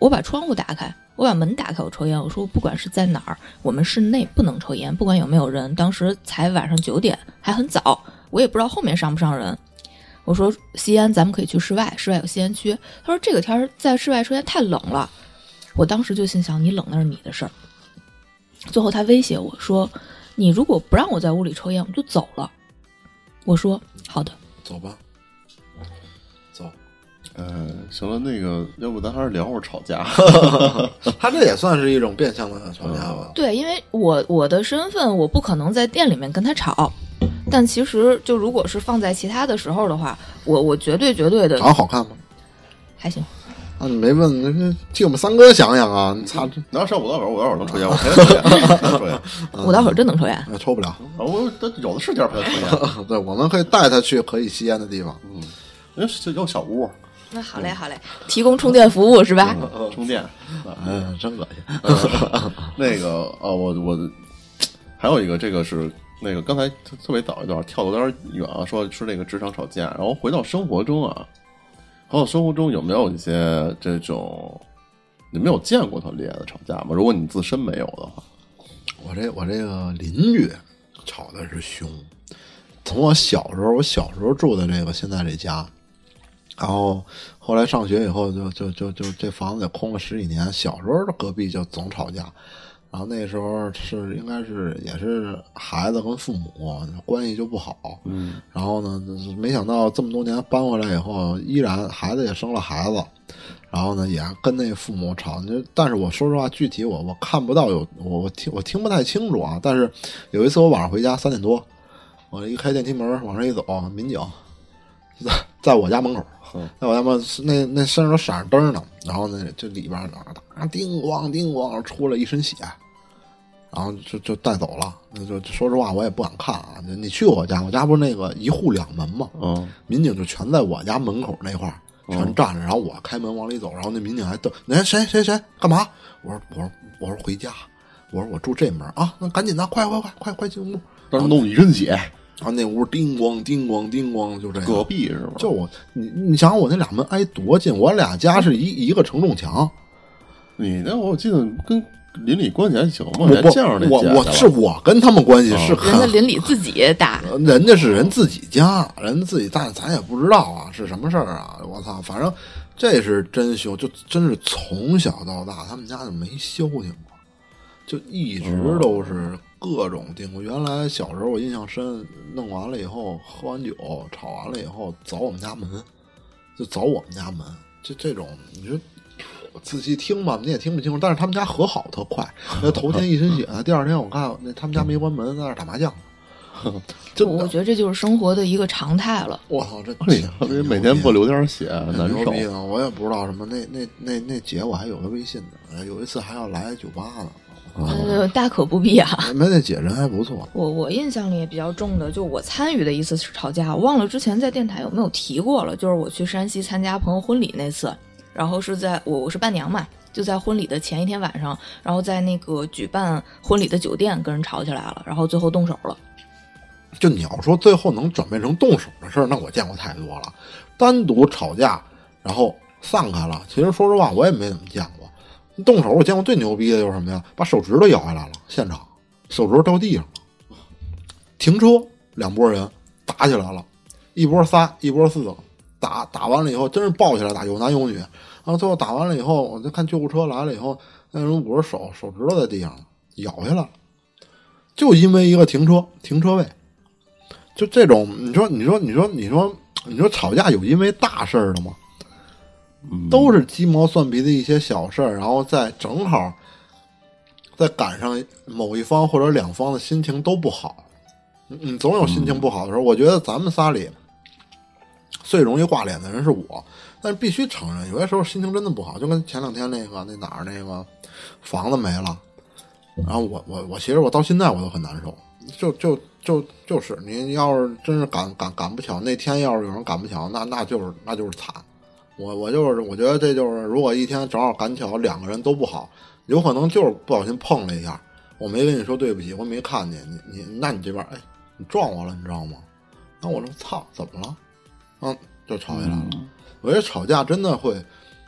我把窗户打开，我把门打开，我抽烟。我说不管是在哪儿，我们室内不能抽烟，不管有没有人。当时才晚上九点，还很早，我也不知道后面上不上人。我说吸烟咱们可以去室外，室外有吸烟区。他说这个天儿在室外抽烟太冷了。我当时就心想，你冷那是你的事儿。最后他威胁我说，你如果不让我在屋里抽烟，我就走了。我说好的， 走吧，走。 呃，行了，那个要不咱还是聊会儿吵架。 他这也算是一种变相的吵架吧？ 对，因为我我的身份，我不可能在店里面跟他吵。但其实就如果是放在其他的时候的话，我我绝对绝对的。 长得好看吗？ 还行。 啊，你没问，那替我们三哥想想啊！你擦， 你要上五道口，五道口能抽烟，我陪他抽烟，能抽烟。 五道口真能抽烟？ 抽不了。 我有的是地儿陪他抽烟。 对，我们可以带他去可以吸烟的地方。 嗯，那有小屋。 那好嘞，好嘞，提供充电服务是吧？ 嗯、充电。 嗯，真恶心。 呃、那个呃，我我还有一个，这个是那个刚才特别早一段跳的有点远啊，说是那个职场吵架，然后回到生活中啊。还有生活中有没有一些这种你没有见过特厉害的吵架吗？如果你自身没有的话。 我这我这个邻居吵的是凶。从我小时候，我小时候住的这个现在这家，然后后来上学以后就就就就这房子也空了十几年。小时候隔壁就总吵架，然后那时候是应该是也是孩子跟父母关系就不好， 嗯， 然后呢，没想到这么多年搬回来以后，依然孩子也生了孩子，然后呢也跟那父母吵。但是我说实话，具体我我看不到有我我听我听不太清楚啊。但是有一次我晚上回家三点多，我一开电梯门往上一走，民警在在我家门口。在我家门那那身上都闪着灯呢，然后呢这里边啊叮咣叮咣出了一身血，然后就就带走了。那就说实话我也不敢看啊。你去过我家，我家不是那个一户两门吗？ 嗯， 民警就全在我家门口那块儿全站着，然后我开门往里走，然后那民警还瞪，哎谁谁谁干嘛？我说我说我说回家，我说我住这门啊，那赶紧的，快快快快快进屋， 当时弄一身血。 然后那屋叮咣叮咣叮咣就这样。 隔壁是吗？ 就我你你想想我那俩门挨多近，我俩家是一一个承重墙。 你那我记得跟邻里关系还行嘛， 我这样的我我是我跟他们关系是很、 人家邻里自己打， 人家是人自己家，人自己，但咱也不知道啊是什么事儿啊。我操，反正这是真凶，就真是从小到大他们家就没消停过，就一直都是各种定过。原来小时候我印象深，弄完了以后喝完酒吵完了以后凿我们家门，就凿我们家门，就这种你说仔细听吧，你也听不清楚。但是他们家和好特快，那头天一身血，第二天我看那他们家没关门，在那打麻将。 就我觉得这就是生活的一个常态了。 我操，这这每天不流点血难受。 我也不知道什么。那那那那姐我还有个微信呢，有一次还要来酒吧呢。 呃，大可不必啊。 没那姐人还不错。 我我印象里也比较重的，就我参与的一次吵架，我忘了之前在电台有没有提过了。就是我去山西参加朋友婚礼那次，然后是在我我是伴娘嘛，就在婚礼的前一天晚上，然后在那个举办婚礼的酒店跟人吵起来了，然后最后动手了。 就你要说最后能转变成动手的事儿，那我见过太多了。单独吵架然后散开了，其实说实话我也没怎么见过。动手我见过最牛逼的就是什么呀？把手指头咬下来了，现场手指头掉地上了。停车，两拨人打起来了，一波仨，一波四个，打打完了以后真是抱起来打，有男有女。然后最后打完了以后，我就看救护车来了以后，那人捂着手，手指头在地上咬下来了，就因为一个停车停车位。就这种，你说你说你说你说你说吵架有因为大事儿的吗？都是鸡毛蒜皮的一些小事儿，然后再正好再赶上某一方或者两方的心情都不好，你总有心情不好的时候。我觉得咱们仨里最容易挂脸的人是我，但是必须承认，有些时候心情真的不好，就跟前两天那个那哪儿那个房子没了，然后我我我其实我到现在我都很难受，就就就就是你要是真是赶赶赶不巧，那天要是有人赶不巧，那那就是那就是惨。我我就是我觉得这就是，如果一天正好赶巧两个人都不好，有可能就是不小心碰了一下，我没跟你说对不起，我没看见你你，那你这边哎你撞我了，你知道吗？那我说操怎么了？嗯，就吵起来了。我觉得吵架真的会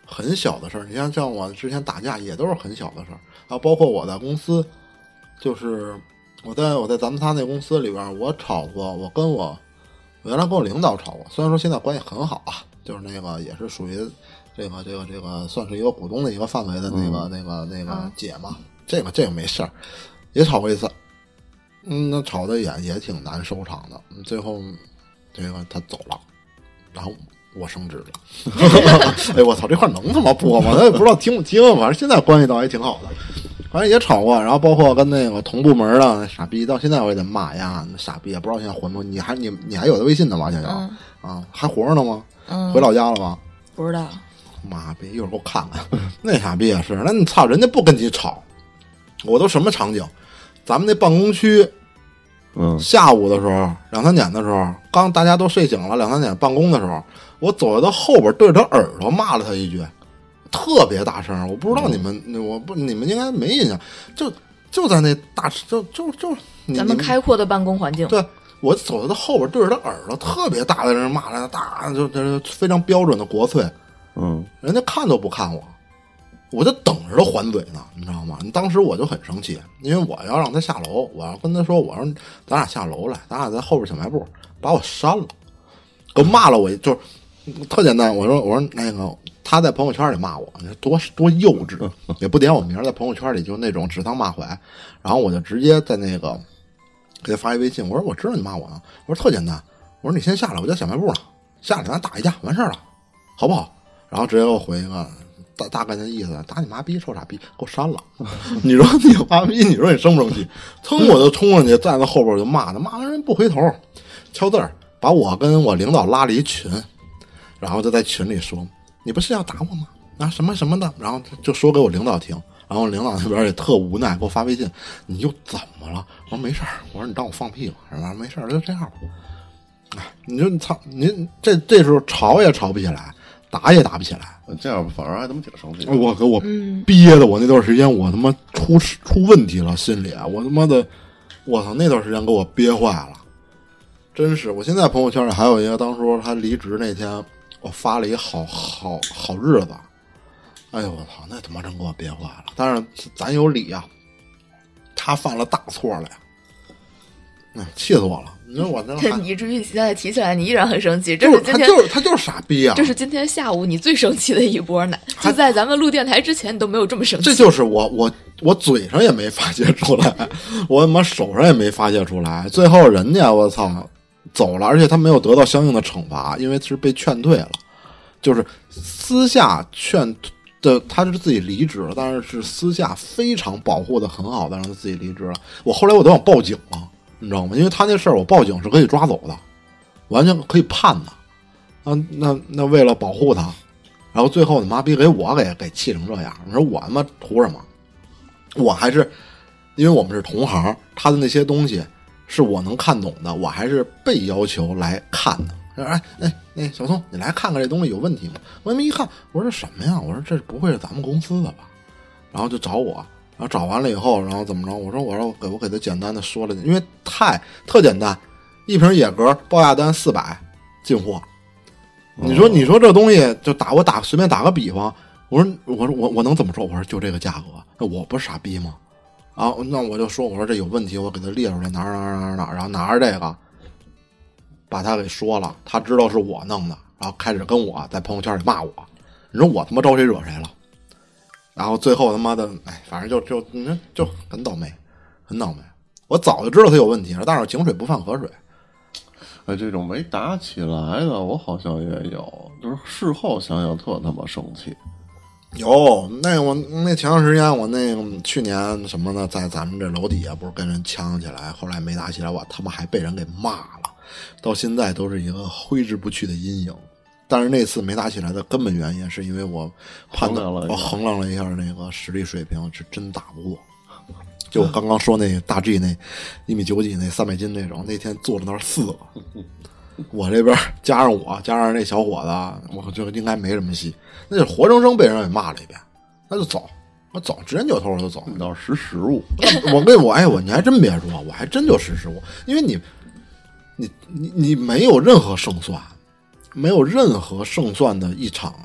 很小的事儿。你像像我之前打架也都是很小的事儿，还有包括我在公司，就是我在我在咱们他那公司里边，我吵过，我跟我我原来跟我领导吵过，虽然说现在关系很好啊，就是那个也是属于这个这个这个算是一个股东的一个范围的那个、嗯、那个那个姐嘛，这个这个没事儿，也吵过一次，嗯，那吵的也也挺难收场的，最后这个他走了，然后我升职了。哎，我操，这块能他妈播吗？咱也不知道听不听，反正现在关系倒还挺好的。反正也吵过，然后包括跟那个同部门的那傻逼，到现在我也得骂呀，那傻逼也不知道现在活不？你还你你还有他微信呢吗？小小、嗯、啊，还活着呢吗？嗯，回老家了吗？ 不知道。 妈逼，一会儿给我看看。那傻逼也是，那你操，人家不跟你吵，我都什么场景？咱们那办公区。 嗯， 下午的时候，两三点的时候，刚大家都睡醒了，两三点办公的时候，我走到他后边，对着他耳朵骂了他一句，特别大声。我不知道你们，嗯、我不，你们应该没印象，就就在那大，就就就咱们开阔的办公环境。 对，我走到他后边，对着他耳朵，特别大的人骂了，大就就是非常标准的国粹。 嗯， 人家看都不看我。我就等着他还嘴呢，你知道吗？当时我就很生气，因为我要让他下楼，我要跟他说，我说咱俩下楼来，咱俩在后边小卖部，把我删了，给我骂了我，就是特简单。我说我说那个他在朋友圈里骂我，多多幼稚，也不点我名，在朋友圈里就那种指桑骂槐，然后我就直接在那个给他发一微信，我说我知道你骂我呢，我说特简单，我说你先下来，我在小卖部呢，下来咱打一架完事儿了，好不好？然后直接给我回一个。大大概的意思，打你妈逼，臭傻逼，给我删了。你说你妈逼，你说你生不生气？噌，我就冲上去，站在后边就骂他，骂完人不回头，敲字儿，把我跟我领导拉了一群，然后就在群里说：“你不是要打我吗？啊，什么什么的。”然后就说给我领导听，然后领导那边也特无奈，给我发微信：“你又怎么了？”我说：“没事儿。”我说：“你当我放屁吗？”是吧？没事儿，就这样吧。哎，你说你操，您这这时候吵也吵不起来。打也打不起来， 这样反而还他妈挺生气。 我给我憋的，我那段时间我他妈出出问题了，心里我他妈的，我操，那段时间给我憋坏了，真是。我现在朋友圈里还有一个，当初他离职那天，我发了一个好好好日子，哎呦我操，那他妈真给我憋坏了。但是咱有理呀、啊，他犯了大错了呀，哎，气死我了。你说我这以至于现在提起来你依然很生气，这是今天他就是他就是傻逼啊！ 这是今天下午你最生气的一波呢。就在咱们录电台之前你都没有这么生气。 这就是我我我嘴上也没发泄出来，我他妈手上也没发泄出来，最后人家我操走了，而且他没有得到相应的惩罚，因为是被劝退了，就是私下劝的，他是自己离职了，但是是私下非常保护的很好的让他自己离职了。我后来我都想报警了。你知道吗？因为他那事儿，我报警是可以抓走的，完全可以判的。啊，那那为了保护他，然后最后你妈逼给我给给气成这样，你说我他妈图什么？我还是因为我们是同行，他的那些东西是我能看懂的，我还是被要求来看的。哎哎哎，小宋，你来看看这东西有问题吗？我这么一看，我说这什么呀？我说这不会是咱们公司的吧？然后就找我。然后找完了以后，然后怎么着？我说我说给我给他简单的说了，因为太特简单，一瓶野格报价单四百进货。你说你说这东西就打我打随便打个比方，我说我说我我能怎么说？我说就这个价格，那我不是傻逼吗？啊，那我就说我说这有问题，我给他列出来哪儿哪儿哪儿哪儿，然后拿着这个把他给说了，他知道是我弄的，然后开始跟我在朋友圈里骂我。你说我他妈招谁惹谁了？然后最后他妈的，哎，反正就就你说就很倒霉，很倒霉。我早就知道他有问题了，但是井水不犯河水。 哎，这种没打起来的，我好像也有，就是事后想想特他妈生气。 有那我那前段时间我那个去年什么的，在咱们这楼底下不是跟人呛起来，后来没打起来，我他妈还被人给骂了，到现在都是一个挥之不去的阴影。但是那次没打起来的根本原因是因为我判断了，我衡量了一下那个实力水平，是真打不过。就我刚刚说那大 G 那一米九几那三百斤那种，那天坐着那儿四个，我这边加上我加上那小伙子，我就应该没什么戏。那就活生生被人给骂了一遍，那就走，我走，直接扭头我就走。 你倒识时务， 我跟我哎我你还真别说，我还真就识时务，因为你你你你没有任何胜算。没有任何胜算的一场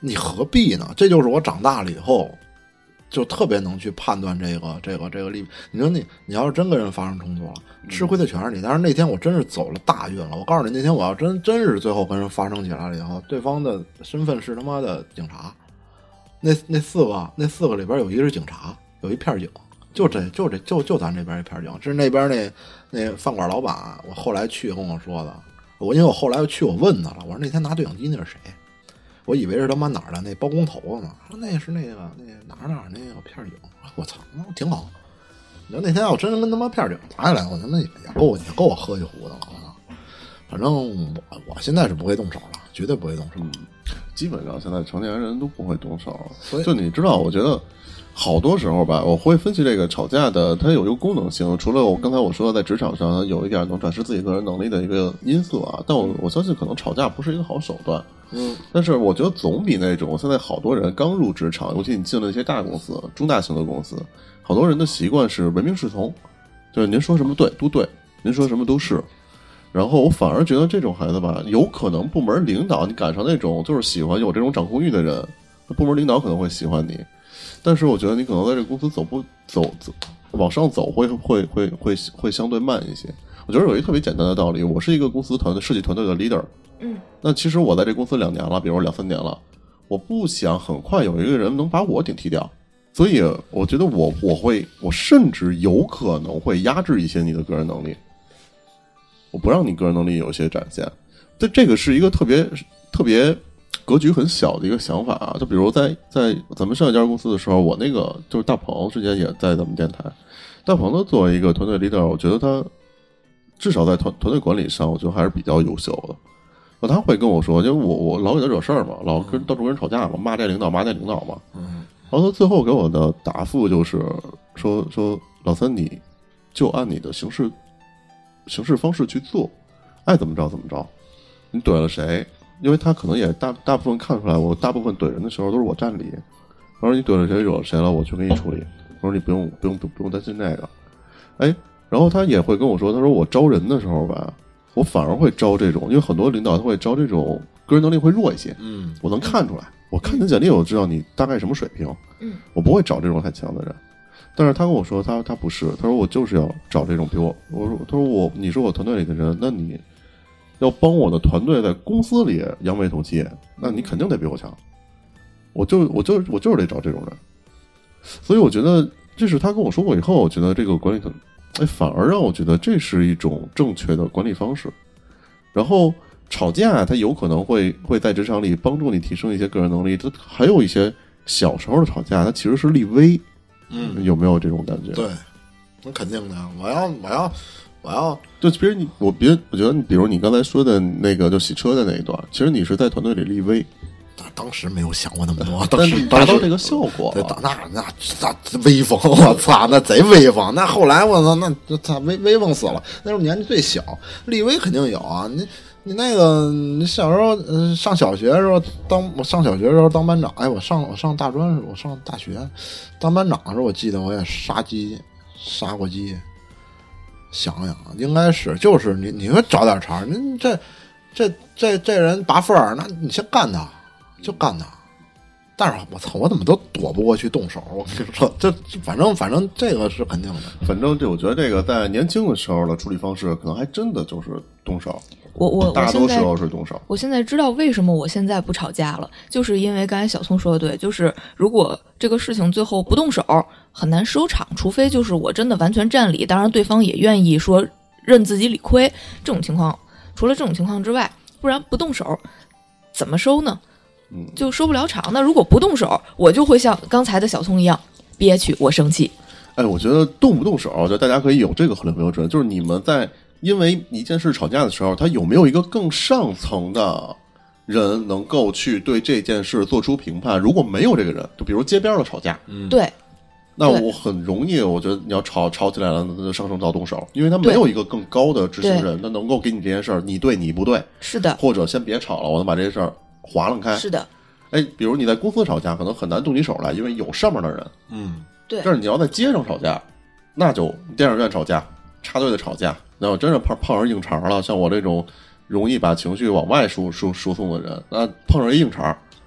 你何必呢？这就是我长大了以后就特别能去判断这个这个这个利弊。你说你你要是真跟人发生冲突了，吃亏的全是你。但是那天我真是走了大运了。我告诉你，那天我要真真是最后跟人发生起来了以后，对方的身份是他妈的警察。那那四个那四个里边有一个是警察，有一片警，就这就这就就咱这边一片警。这是那边那那饭馆老板，我后来去跟我说的。我因为我后来去我问他了，我说那天拿对讲机那是谁？我以为是他妈哪儿的那包工头呢，说那是那个那哪儿哪儿那个片警。我操，那挺好。你说那天要真跟他妈片警打起来，我他妈也也够也够我喝一壶的了。反正我我现在是不会动手了，绝对不会动手。 嗯，基本上现在成年人都不会动手。所以就你知道，我觉得好多时候吧，我会分析这个吵架的，它有一个功能性。除了我刚才我说的在职场上有一点能展示自己个人能力的一个因素啊，但我我相信可能吵架不是一个好手段。嗯，但是我觉得总比那种现在好多人刚入职场，尤其你进了一些大公司、中大型的公司，好多人的习惯是唯命是从，就是您说什么对都对，您说什么都是。然后我反而觉得这种孩子吧，有可能部门领导你赶上那种就是喜欢有这种掌控欲的人，部门领导可能会喜欢你，但是我觉得你可能在这个公司走不走走往上走会会会会会相对慢一些。我觉得有一个特别简单的道理，我是一个公司团队设计团队的 leader， 嗯，那其实我在这公司两年了，比如两三年了，我不想很快有一个人能把我顶替掉，所以我觉得我我会我甚至有可能会压制一些你的个人能力。我不让你个人能力有些展现，但这个是一个特别特别格局很小的一个想法啊。就比如在在咱们上一家公司的时候，我那个就是大鹏之前也在咱们电台，大鹏呢作为一个团队 leader， 我觉得他至少在团团队管理上，我觉得还是比较优秀的。那他会跟我说，因为我我老给他惹事儿嘛，老跟到处跟人吵架嘛，骂这领导骂那领导嘛。嗯。然后他最后给我的答复就是说说老三，你就按你的行事。行事方式去做，爱怎么着怎么着。你怼了谁？因为他可能也大大部分看出来，我大部分怼人的时候都是我占理。我说你怼了谁惹了谁了，我去给你处理。我说你不用不用不用担心这个。哎，然后他也会跟我说，他说我招人的时候吧，我反而会招这种，因为很多领导他会招这种个人能力会弱一些。嗯，我能看出来，我看你简历我知道你大概什么水平。嗯，我不会找这种太强的人。但是他跟我说他他不是，他说我就是要找这种比我，我说他说我你是我团队里的人，那你要帮我的团队在公司里扬眉吐气，那你肯定得比我强，我就我就我就是得找这种人。所以我觉得这是他跟我说过以后，我觉得这个管理层哎反而让我觉得这是一种正确的管理方式。然后吵架他有可能会会在职场里帮助你提升一些个人能力，它还有一些小时候的吵架它其实是立威。嗯，有没有这种感觉？ 对，那肯定的。我要，我要，我要， 就比如你，我别，我觉得你，比如你刚才说的那个，就洗车的那一段，其实你是在团队里立威。 当时没有想过那么多， 但是达到这个效果， 对，那那那威风，我操，那贼威风。那后来我操，那操威威风死了。那时候年纪最小，立威肯定有啊。你。你那个，你小时候，嗯、呃，上小学的时候当我上小学的时候当班长，哎，我上我上大专，我上大学当班长的时候，我记得我也杀鸡，杀过鸡。想想应该是，就是你你会找点茬，你这这这这人拔份儿，那你先干他，就干他。但是我操，我怎么都躲不过去动手？我跟你说，这反正反正这个是肯定的。 反正这我觉得这个在年轻的时候的处理方式，可能还真的就是动手。 我我大多时候是动手。 我现在知道为什么我现在不吵架了，就是因为刚才小聪说的对，就是如果这个事情最后不动手，很难收场，除非就是我真的完全占理，当然对方也愿意说认自己理亏，这种情况，除了这种情况之外，不然不动手怎么收呢？就收不了场。那如果不动手，我就会像刚才的小聪一样憋屈，我生气。 哎，我觉得动不动手，就大家可以有这个衡量标准，就是你们在因为一件事吵架的时候，他有没有一个更上层的人能够去对这件事做出评判？如果没有这个人，就比如街边的吵架， 嗯，对， 那我很容易，我觉得你要吵吵起来了，那就上升到动手，因为他没有一个更高的执行人，他能够给你这件事儿，你对你不对， 是的， 或者先别吵了，我能把这件事儿划楞开， 是的。 哎，比如你在公司吵架，可能很难动起手来，因为有上面的人， 嗯， 对。 但是你要在街上吵架，那就电影院吵架，插队的吵架，那我真是碰碰上硬茬了，像我这种容易把情绪往外输输输送的人，那碰上一硬茬，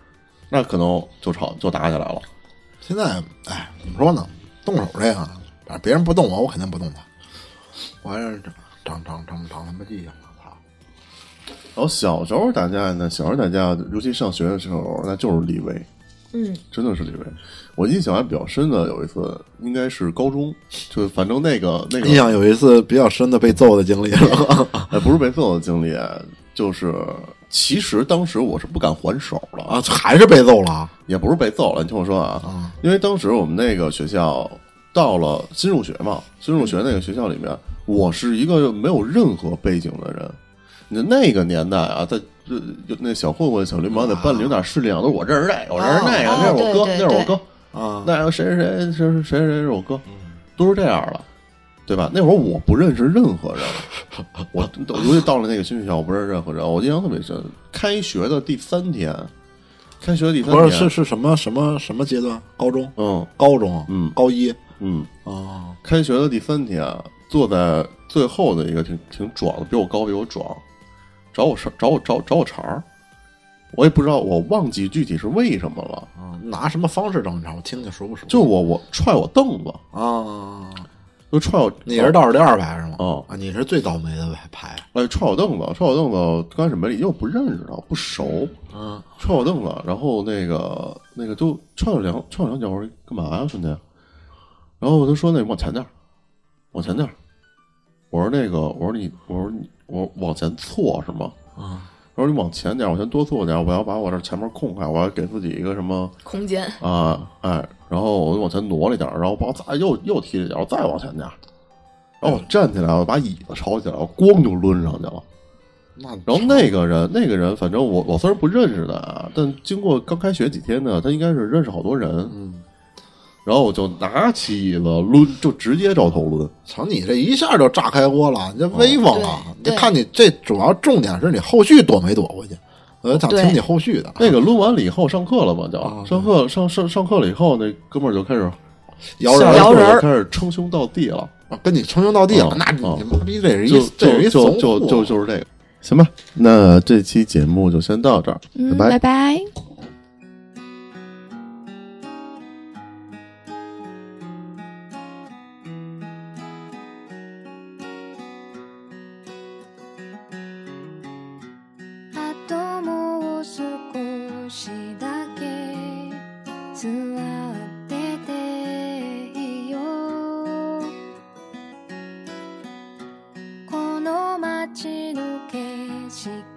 那可能就吵就打起来了。 现在哎，怎么说呢？动手这个，别人不动我，我肯定不动他。我还是长长长长他妈记性了，操！ 然后小时候打架呢，小时候打架，尤其上学的时候，那就是李维， 嗯， 真的是李维。我印象还比较深的有一次，应该是高中，就反正那个那个印象有一次比较深的被揍的经历了， 哎，不是被揍的经历，就是其实当时我是不敢还手了啊，还是被揍了， 也不是被揍了。你听我说啊，嗯、因为当时我们那个学校到了新入学嘛，新入学那个学校里面，我是一个没有任何背景的人。你那个年代啊，在就那小混混、小流氓在班里有点势力啊，都是我认识这个，我认识那个，那是我哥，那是我哥。啊，那谁谁谁谁谁谁谁是我哥，都是这样的，对吧？那会儿我不认识任何人，我尤其到了那个新学校，我不认识任何人。我印象特别深，开学的第三天，开学的第三天， 不是是是什么什么什么阶段？高中， 嗯， 高中， 嗯， 高一， 嗯， 哦， 开学的第三天，坐在最后的一个挺挺壮的，比我高，比我壮，找我找我找找我茬儿。我也不知道，我忘记具体是为什么了。 啊，拿什么方式找你茬？我听听熟不熟？ 就我我踹我凳子啊， 就踹我。 你是倒数第二排是吗？ 哦啊，你是最倒霉的排。 哎，踹我凳子，踹我凳子，刚开始没理，因为我不认识他，不熟。 嗯， 踹我凳子，然后那个那个就踹我两踹我两脚，我说干嘛呀，兄弟？然后我就说那往前点，往前点。我说那个，我说你，我说你，我往前错是吗？ 啊。 我说你往前点，我先多坐点，我要把我这前面空开，我要给自己一个什么空间啊，哎，然后我就往前挪了一点，然后把我再又又踢了一脚，再往前点，然后我站起来，我把椅子抄起来，我咣就抡上去了。 那然后那个人，那个人，反正我我虽然不认识他，但经过刚开学几天呢，他应该是认识好多人。 嗯。 然后我就拿起椅子抡，就直接照头抡。 操，你这一下就炸开锅了，你这威风了！ 你、 哦、看你这主要重点是你后续躲没躲过去，我想听你后续的。 那个抡完了以后上课了嘛，就、啊、上课上上上课了以后，那哥们儿就开始摇人摇人， 开始称兄道弟了， 啊、跟你称兄道弟了。 啊、 那你啊妈逼这是一这是一就就就就是这个。行吧，那这期节目就先到这儿， 嗯、 拜拜拜。 座ってていいよこの街の景色